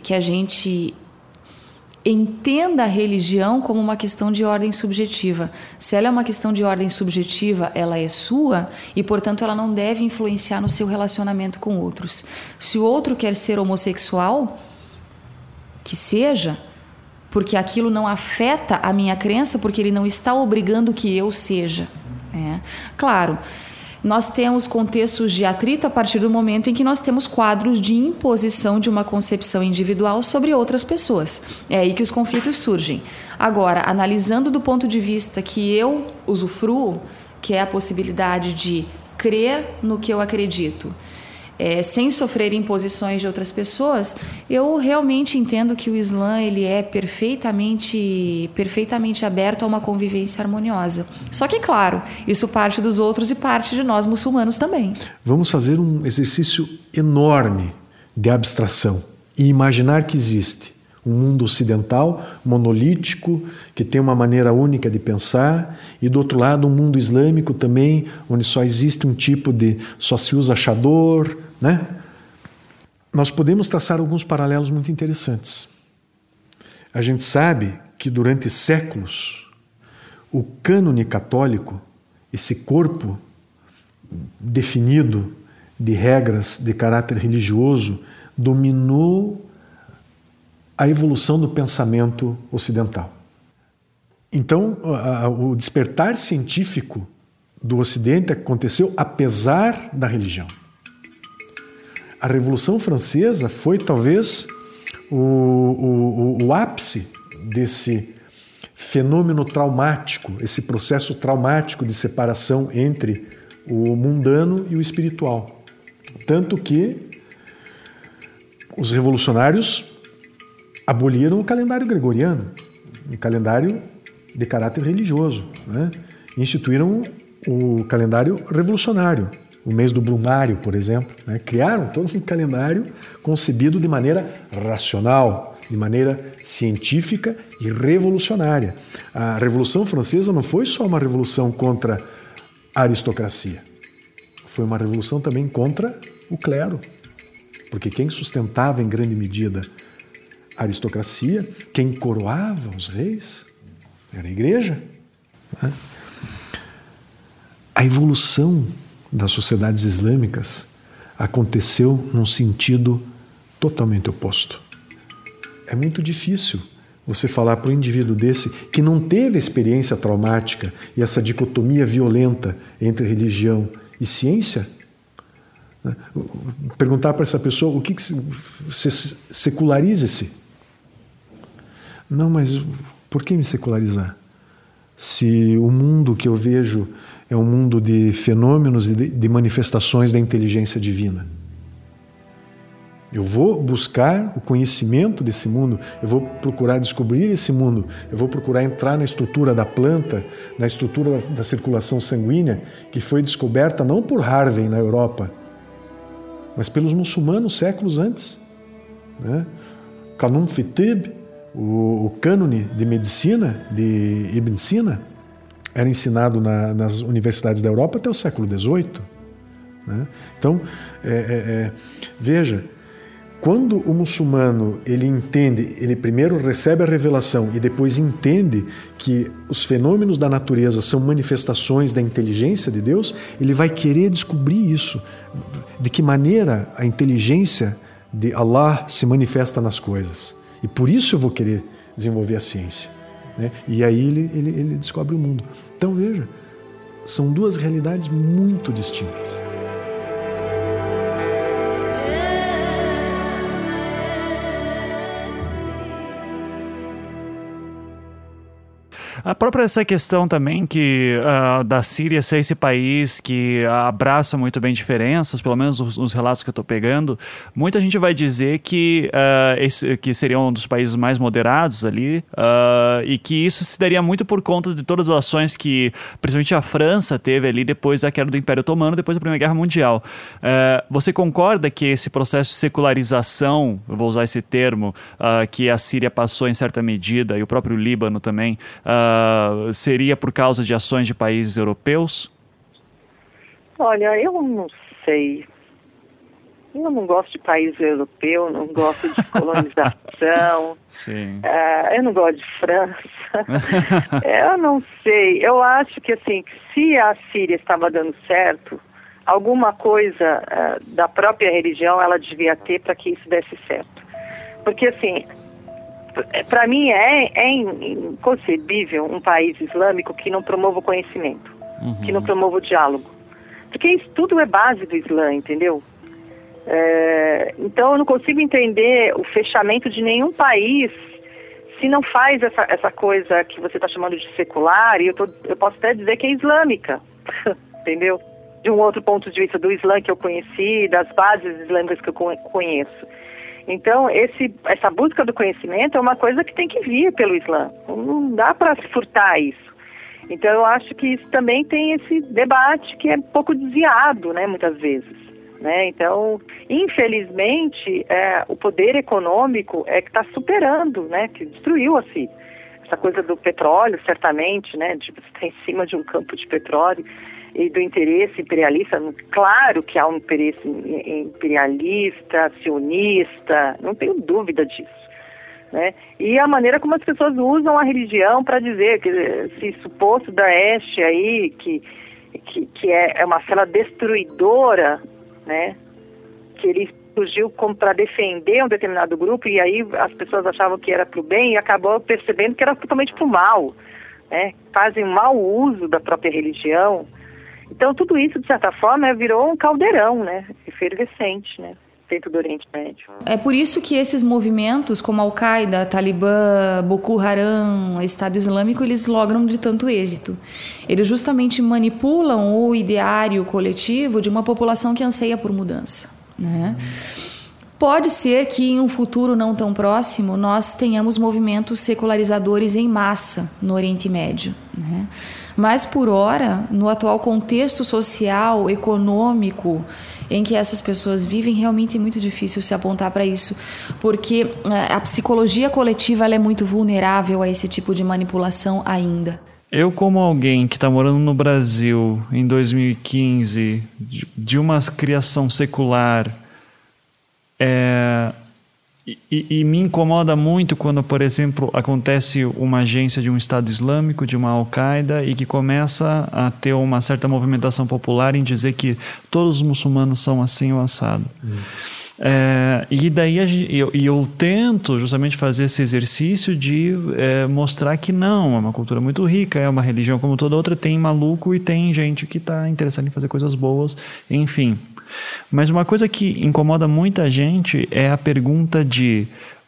S5: entenda a religião como uma questão de ordem subjetiva. Se ela é uma questão de ordem subjetiva, ela é sua e, portanto, ela não deve influenciar no seu relacionamento com outros. Se o outro quer ser homossexual, que seja, porque aquilo não afeta a minha crença, porque ele não está obrigando que eu seja. Claro, nós temos contextos de atrito a partir do momento em que nós temos quadros de imposição de uma concepção individual sobre outras pessoas. É aí que os conflitos surgem. Agora, analisando do ponto de vista que eu usufruo, que é a possibilidade de crer no que eu acredito, sem sofrer imposições de outras pessoas, eu realmente entendo que o Islã ele é perfeitamente aberto a uma convivência harmoniosa. Só que, claro, isso parte dos outros e parte de nós muçulmanos também.
S1: Vamos fazer um exercício enorme de abstração e imaginar que existe um mundo ocidental, monolítico, que tem uma maneira única de pensar, e do outro lado um mundo islâmico também, onde só existe um tipo de... só se usa chador, né? Nós podemos traçar alguns paralelos muito interessantes. A gente sabe que durante séculos o cânone católico, esse corpo definido de regras de caráter religioso, dominou a evolução do pensamento ocidental. Então, o despertar científico do Ocidente aconteceu apesar da religião. A Revolução Francesa foi talvez o ápice desse fenômeno traumático, esse processo traumático de separação entre o mundano e o espiritual. Tanto que os revolucionários aboliram o calendário gregoriano, um calendário de caráter religioso, né? Instituíram o calendário revolucionário, o mês do Brumário, por exemplo, né? Criaram todo um calendário concebido de maneira racional, de maneira científica e revolucionária. A Revolução Francesa não foi só uma revolução contra a aristocracia, foi uma revolução também contra o clero, porque quem sustentava em grande medida a aristocracia, quem coroava os reis, era a igreja. Né? A evolução das sociedades islâmicas aconteceu num sentido totalmente oposto. É muito difícil você falar para um indivíduo desse que não teve experiência traumática e essa dicotomia violenta entre religião e ciência, né? Perguntar para essa pessoa o que secularize-se. Não, mas por que me secularizar? Se o mundo que eu vejo é um mundo de fenômenos e de manifestações da inteligência divina. Eu vou buscar o conhecimento desse mundo, eu vou procurar descobrir esse mundo, eu vou procurar entrar na estrutura da planta, na estrutura da circulação sanguínea, que foi descoberta não por Harvey na Europa, mas pelos muçulmanos séculos antes. Né? Qanun fi Tibb, o cânone de medicina de Ibn Sina, era ensinado nas universidades da Europa até o século XVIII. Né? Então, veja, quando o muçulmano ele entende, ele primeiro recebe a revelação e depois entende que os fenômenos da natureza são manifestações da inteligência de Deus, ele vai querer descobrir isso. De que maneira a inteligência de Allah se manifesta nas coisas. E por isso eu vou querer desenvolver a ciência. Né? E aí ele descobre o mundo. Então veja, são duas realidades muito distintas.
S2: A própria essa questão também que da Síria ser esse país que abraça muito bem diferenças, pelo menos nos relatos que eu estou pegando, muita gente vai dizer que que seria um dos países mais moderados ali e que isso se daria muito por conta de todas as ações que principalmente a França teve ali depois da queda do Império Otomano, depois da Primeira Guerra Mundial. Você concorda que esse processo de secularização, eu vou usar esse termo, que a Síria passou em certa medida e o próprio Líbano também, seria por causa de ações de países europeus?
S6: Olha, eu não sei. Eu não gosto de país europeu, não gosto de colonização.
S2: Sim.
S6: Eu não gosto de França. Eu não sei. Eu acho que, assim, se a Síria estava dando certo, alguma coisa da própria religião ela devia ter para que isso desse certo. Porque, assim, para mim é inconcebível um país islâmico que não promova o conhecimento, que não promova o diálogo. porque isso tudo é base do Islã, entendeu? Então eu não consigo entender o fechamento de nenhum país se não faz essa coisa que você está chamando de secular, e eu posso até dizer que é islâmica, entendeu? De um outro ponto de vista do Islã que eu conheci, das bases islâmicas que eu conheço. Então, essa busca do conhecimento é uma coisa que tem que vir pelo Islã. Não dá para se furtar isso. Então, eu acho que isso também tem esse debate que é um pouco desviado, né, muitas vezes. Né? Então, infelizmente, o poder econômico é que está superando, né, que destruiu assim. Essa coisa do petróleo, certamente, né, de você estar em cima de um campo de petróleo, e do interesse imperialista. Claro que há um interesse imperialista, sionista, não tenho dúvida disso. Né? E a maneira como as pessoas usam a religião para dizer que esse suposto Daesh aí, que é uma cela destruidora, né? Que ele surgiu como para defender um determinado grupo, e aí as pessoas achavam que era para o bem e acabou percebendo que era totalmente para o mal. Né? Fazem um mau uso da própria religião. Então, tudo isso, de certa forma, virou um caldeirão, né, efervescente, né, dentro do Oriente Médio.
S5: É por isso que esses movimentos, como Al-Qaeda, Talibã, Boko Haram, Estado Islâmico, eles logram de tanto êxito. Eles justamente manipulam o ideário coletivo de uma população que anseia por mudança, né? Pode ser que em um futuro não tão próximo nós tenhamos movimentos secularizadores em massa no Oriente Médio, né? Mas, por hora, no atual contexto social, econômico em que essas pessoas vivem, realmente é muito difícil se apontar para isso, porque a psicologia coletiva ela é muito vulnerável a esse tipo de manipulação ainda.
S2: Eu, como alguém que está morando no Brasil em 2015, de uma criação secular, e me incomoda muito quando, por exemplo, acontece uma agência de um Estado Islâmico, de uma Al-Qaeda, e que começa a ter uma certa movimentação popular em dizer que todos os muçulmanos são assim ou assado. E daí eu tento justamente fazer esse exercício de mostrar que não, é uma cultura muito rica, é uma religião como toda outra, tem maluco e tem gente que está interessada em fazer coisas boas, enfim. Mas uma coisa que incomoda muita gente é a pergunta de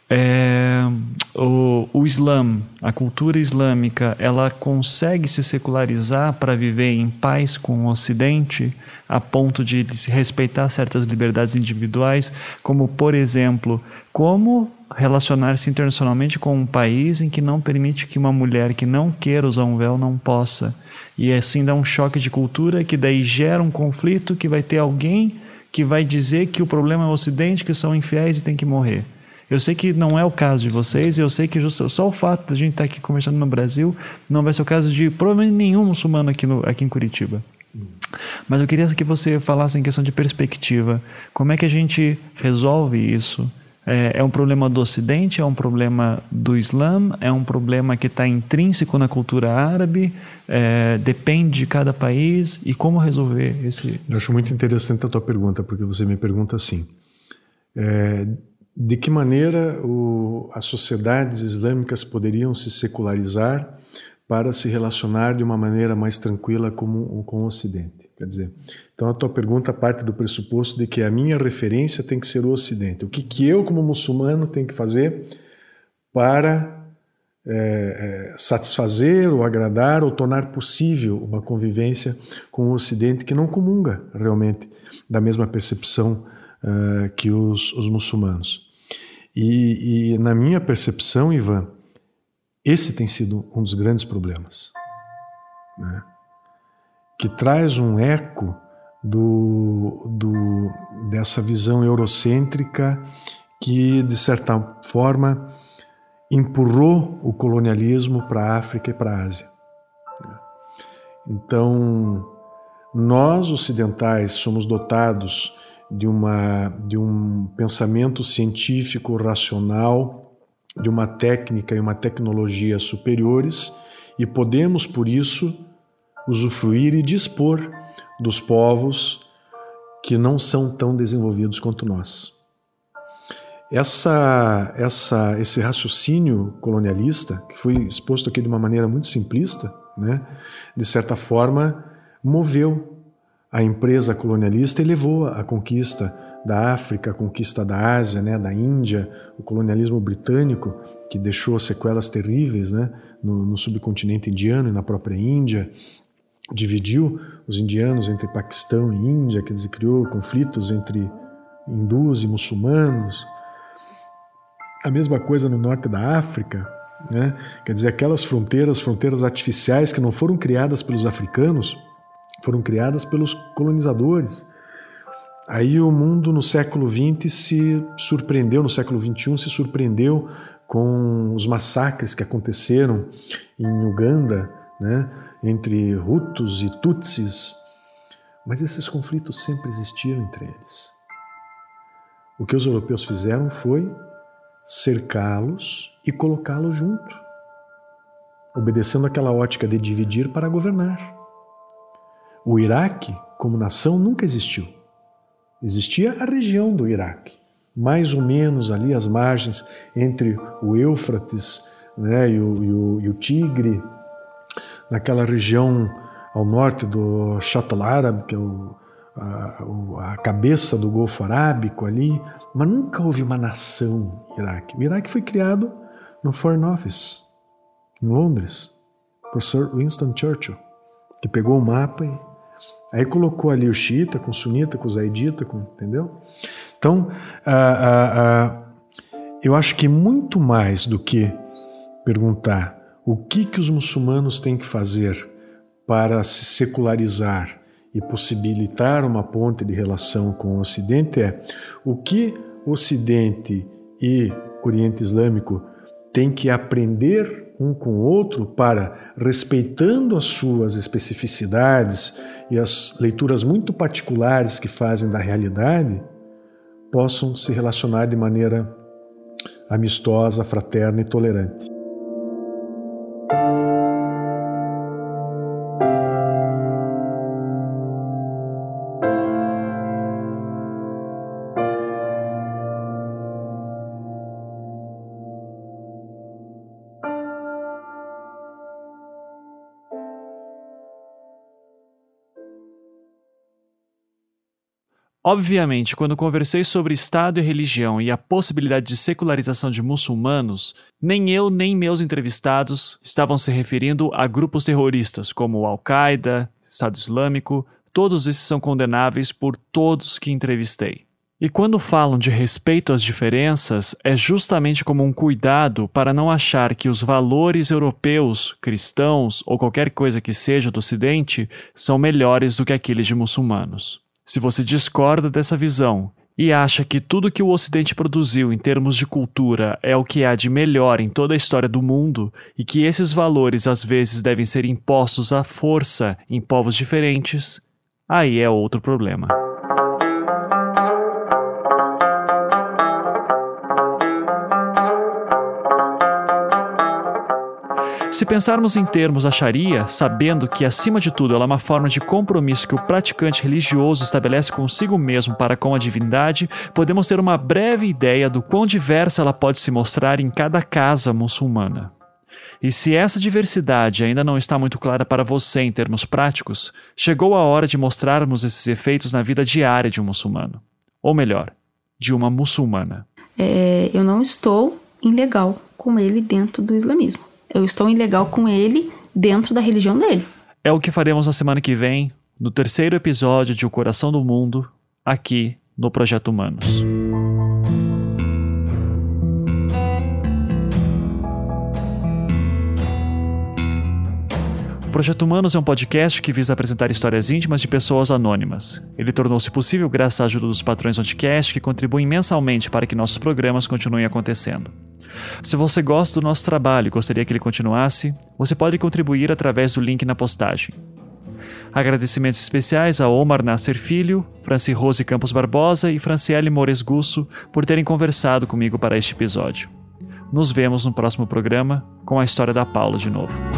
S2: o Islã, a cultura islâmica, ela consegue se secularizar para viver em paz com o Ocidente a ponto de respeitar certas liberdades individuais, como, por exemplo, como relacionar-se internacionalmente com um país em que não permite que uma mulher que não queira usar um véu não possa. E assim dá um choque de cultura que daí gera um conflito que vai ter alguém que vai dizer que o problema é o Ocidente, que são infiéis e tem que morrer. Eu sei que não é o caso de vocês, eu sei que só o fato de a gente estar aqui conversando no Brasil não vai ser o caso de provavelmente nenhum muçulmano aqui em Curitiba. Mas eu queria que você falasse em questão de perspectiva. Como é que a gente resolve isso? É um problema do Ocidente? É um problema do Islã? É um problema que está intrínseco na cultura árabe? Depende de cada país? E como resolver esse...
S1: Eu acho muito interessante a tua pergunta, porque você me pergunta assim, de que maneira as sociedades islâmicas poderiam se secularizar para se relacionar de uma maneira mais tranquila com o Ocidente? Quer dizer, então a tua pergunta parte do pressuposto de que a minha referência tem que ser o Ocidente. O que eu, como muçulmano, tenho que fazer para satisfazer ou agradar ou tornar possível uma convivência com o Ocidente que não comunga realmente da mesma percepção que os muçulmanos. E na minha percepção, Ivan, esse tem sido um dos grandes problemas, né? Que traz um eco dessa visão eurocêntrica que, de certa forma, empurrou o colonialismo para a África e para a Ásia. Então, nós ocidentais somos dotados de um pensamento científico, racional, de uma técnica e uma tecnologia superiores, e podemos, por isso, usufruir e dispor dos povos que não são tão desenvolvidos quanto nós. Esse raciocínio colonialista, que foi exposto aqui de uma maneira muito simplista, né, de certa forma, moveu a empresa colonialista elevou a conquista da África, a conquista da Ásia, né, da Índia, o colonialismo britânico, que deixou sequelas terríveis, né, no subcontinente indiano e na própria Índia, dividiu os indianos entre Paquistão e Índia, quer dizer, criou conflitos entre hindus e muçulmanos. A mesma coisa no norte da África, né? Quer dizer, aquelas fronteiras artificiais que não foram criadas pelos africanos, foram criadas pelos colonizadores. Aí o mundo no século XX se surpreendeu, no século XXI se surpreendeu com os massacres que aconteceram em Uganda, né, entre Hutus e Tutsis. Mas esses conflitos sempre existiram entre eles. O que os europeus fizeram foi cercá-los e colocá-los junto, obedecendo aquela ótica de dividir para governar. O Iraque, como nação, nunca existiu. Existia a região do Iraque, mais ou menos ali as margens entre o Éufrates, né, e o Tigre, naquela região ao norte do Shatt al-Arab, que é a cabeça do Golfo Arábico ali, mas nunca houve uma nação Iraque. O Iraque foi criado no Foreign Office, em Londres, por Sir Winston Churchill, que pegou o mapa e aí colocou ali o xiita com o sunita, com o zaidita, entendeu? Então, eu acho que muito mais do que perguntar o que os muçulmanos têm que fazer para se secularizar e possibilitar uma ponte de relação com o Ocidente o que o Ocidente e Oriente Islâmico têm que aprender um com o outro para, respeitando as suas especificidades e as leituras muito particulares que fazem da realidade, possam se relacionar de maneira amistosa, fraterna e tolerante.
S2: Obviamente, quando conversei sobre Estado e religião e a possibilidade de secularização de muçulmanos, nem eu nem meus entrevistados estavam se referindo a grupos terroristas como Al-Qaeda, Estado Islâmico. Todos esses são condenáveis por todos que entrevistei. E quando falam de respeito às diferenças, é justamente como um cuidado para não achar que os valores europeus, cristãos ou qualquer coisa que seja do Ocidente são melhores do que aqueles de muçulmanos. Se você discorda dessa visão e acha que tudo que o Ocidente produziu em termos de cultura é o que há de melhor em toda a história do mundo e que esses valores às vezes devem ser impostos à força em povos diferentes, aí é outro problema. Se pensarmos em termos a Sharia, sabendo que, acima de tudo, ela é uma forma de compromisso que o praticante religioso estabelece consigo mesmo para com a divindade, podemos ter uma breve ideia do quão diversa ela pode se mostrar em cada casa muçulmana. E se essa diversidade ainda não está muito clara para você em termos práticos, chegou a hora de mostrarmos esses efeitos na vida diária de um muçulmano. Ou melhor, de uma muçulmana.
S5: Eu não estou ilegal com ele dentro do islamismo. Eu estou ilegal com ele dentro da religião dele.
S2: É o que faremos na semana que vem, no 3º episódio de O Coração do Mundo, aqui no Projeto Humanos. O Projeto Humanos é um podcast que visa apresentar histórias íntimas de pessoas anônimas. Ele tornou-se possível graças à ajuda dos patrões do podcast que contribuem mensalmente para que nossos programas continuem acontecendo. Se você gosta do nosso trabalho e gostaria que ele continuasse, você pode contribuir através do link na postagem. Agradecimentos especiais a Omar Nasser Filho, Franci Rose Campos Barbosa e Franciele Mores Gusso por terem conversado comigo para este episódio. Nos vemos no próximo programa com a história da Paula de novo.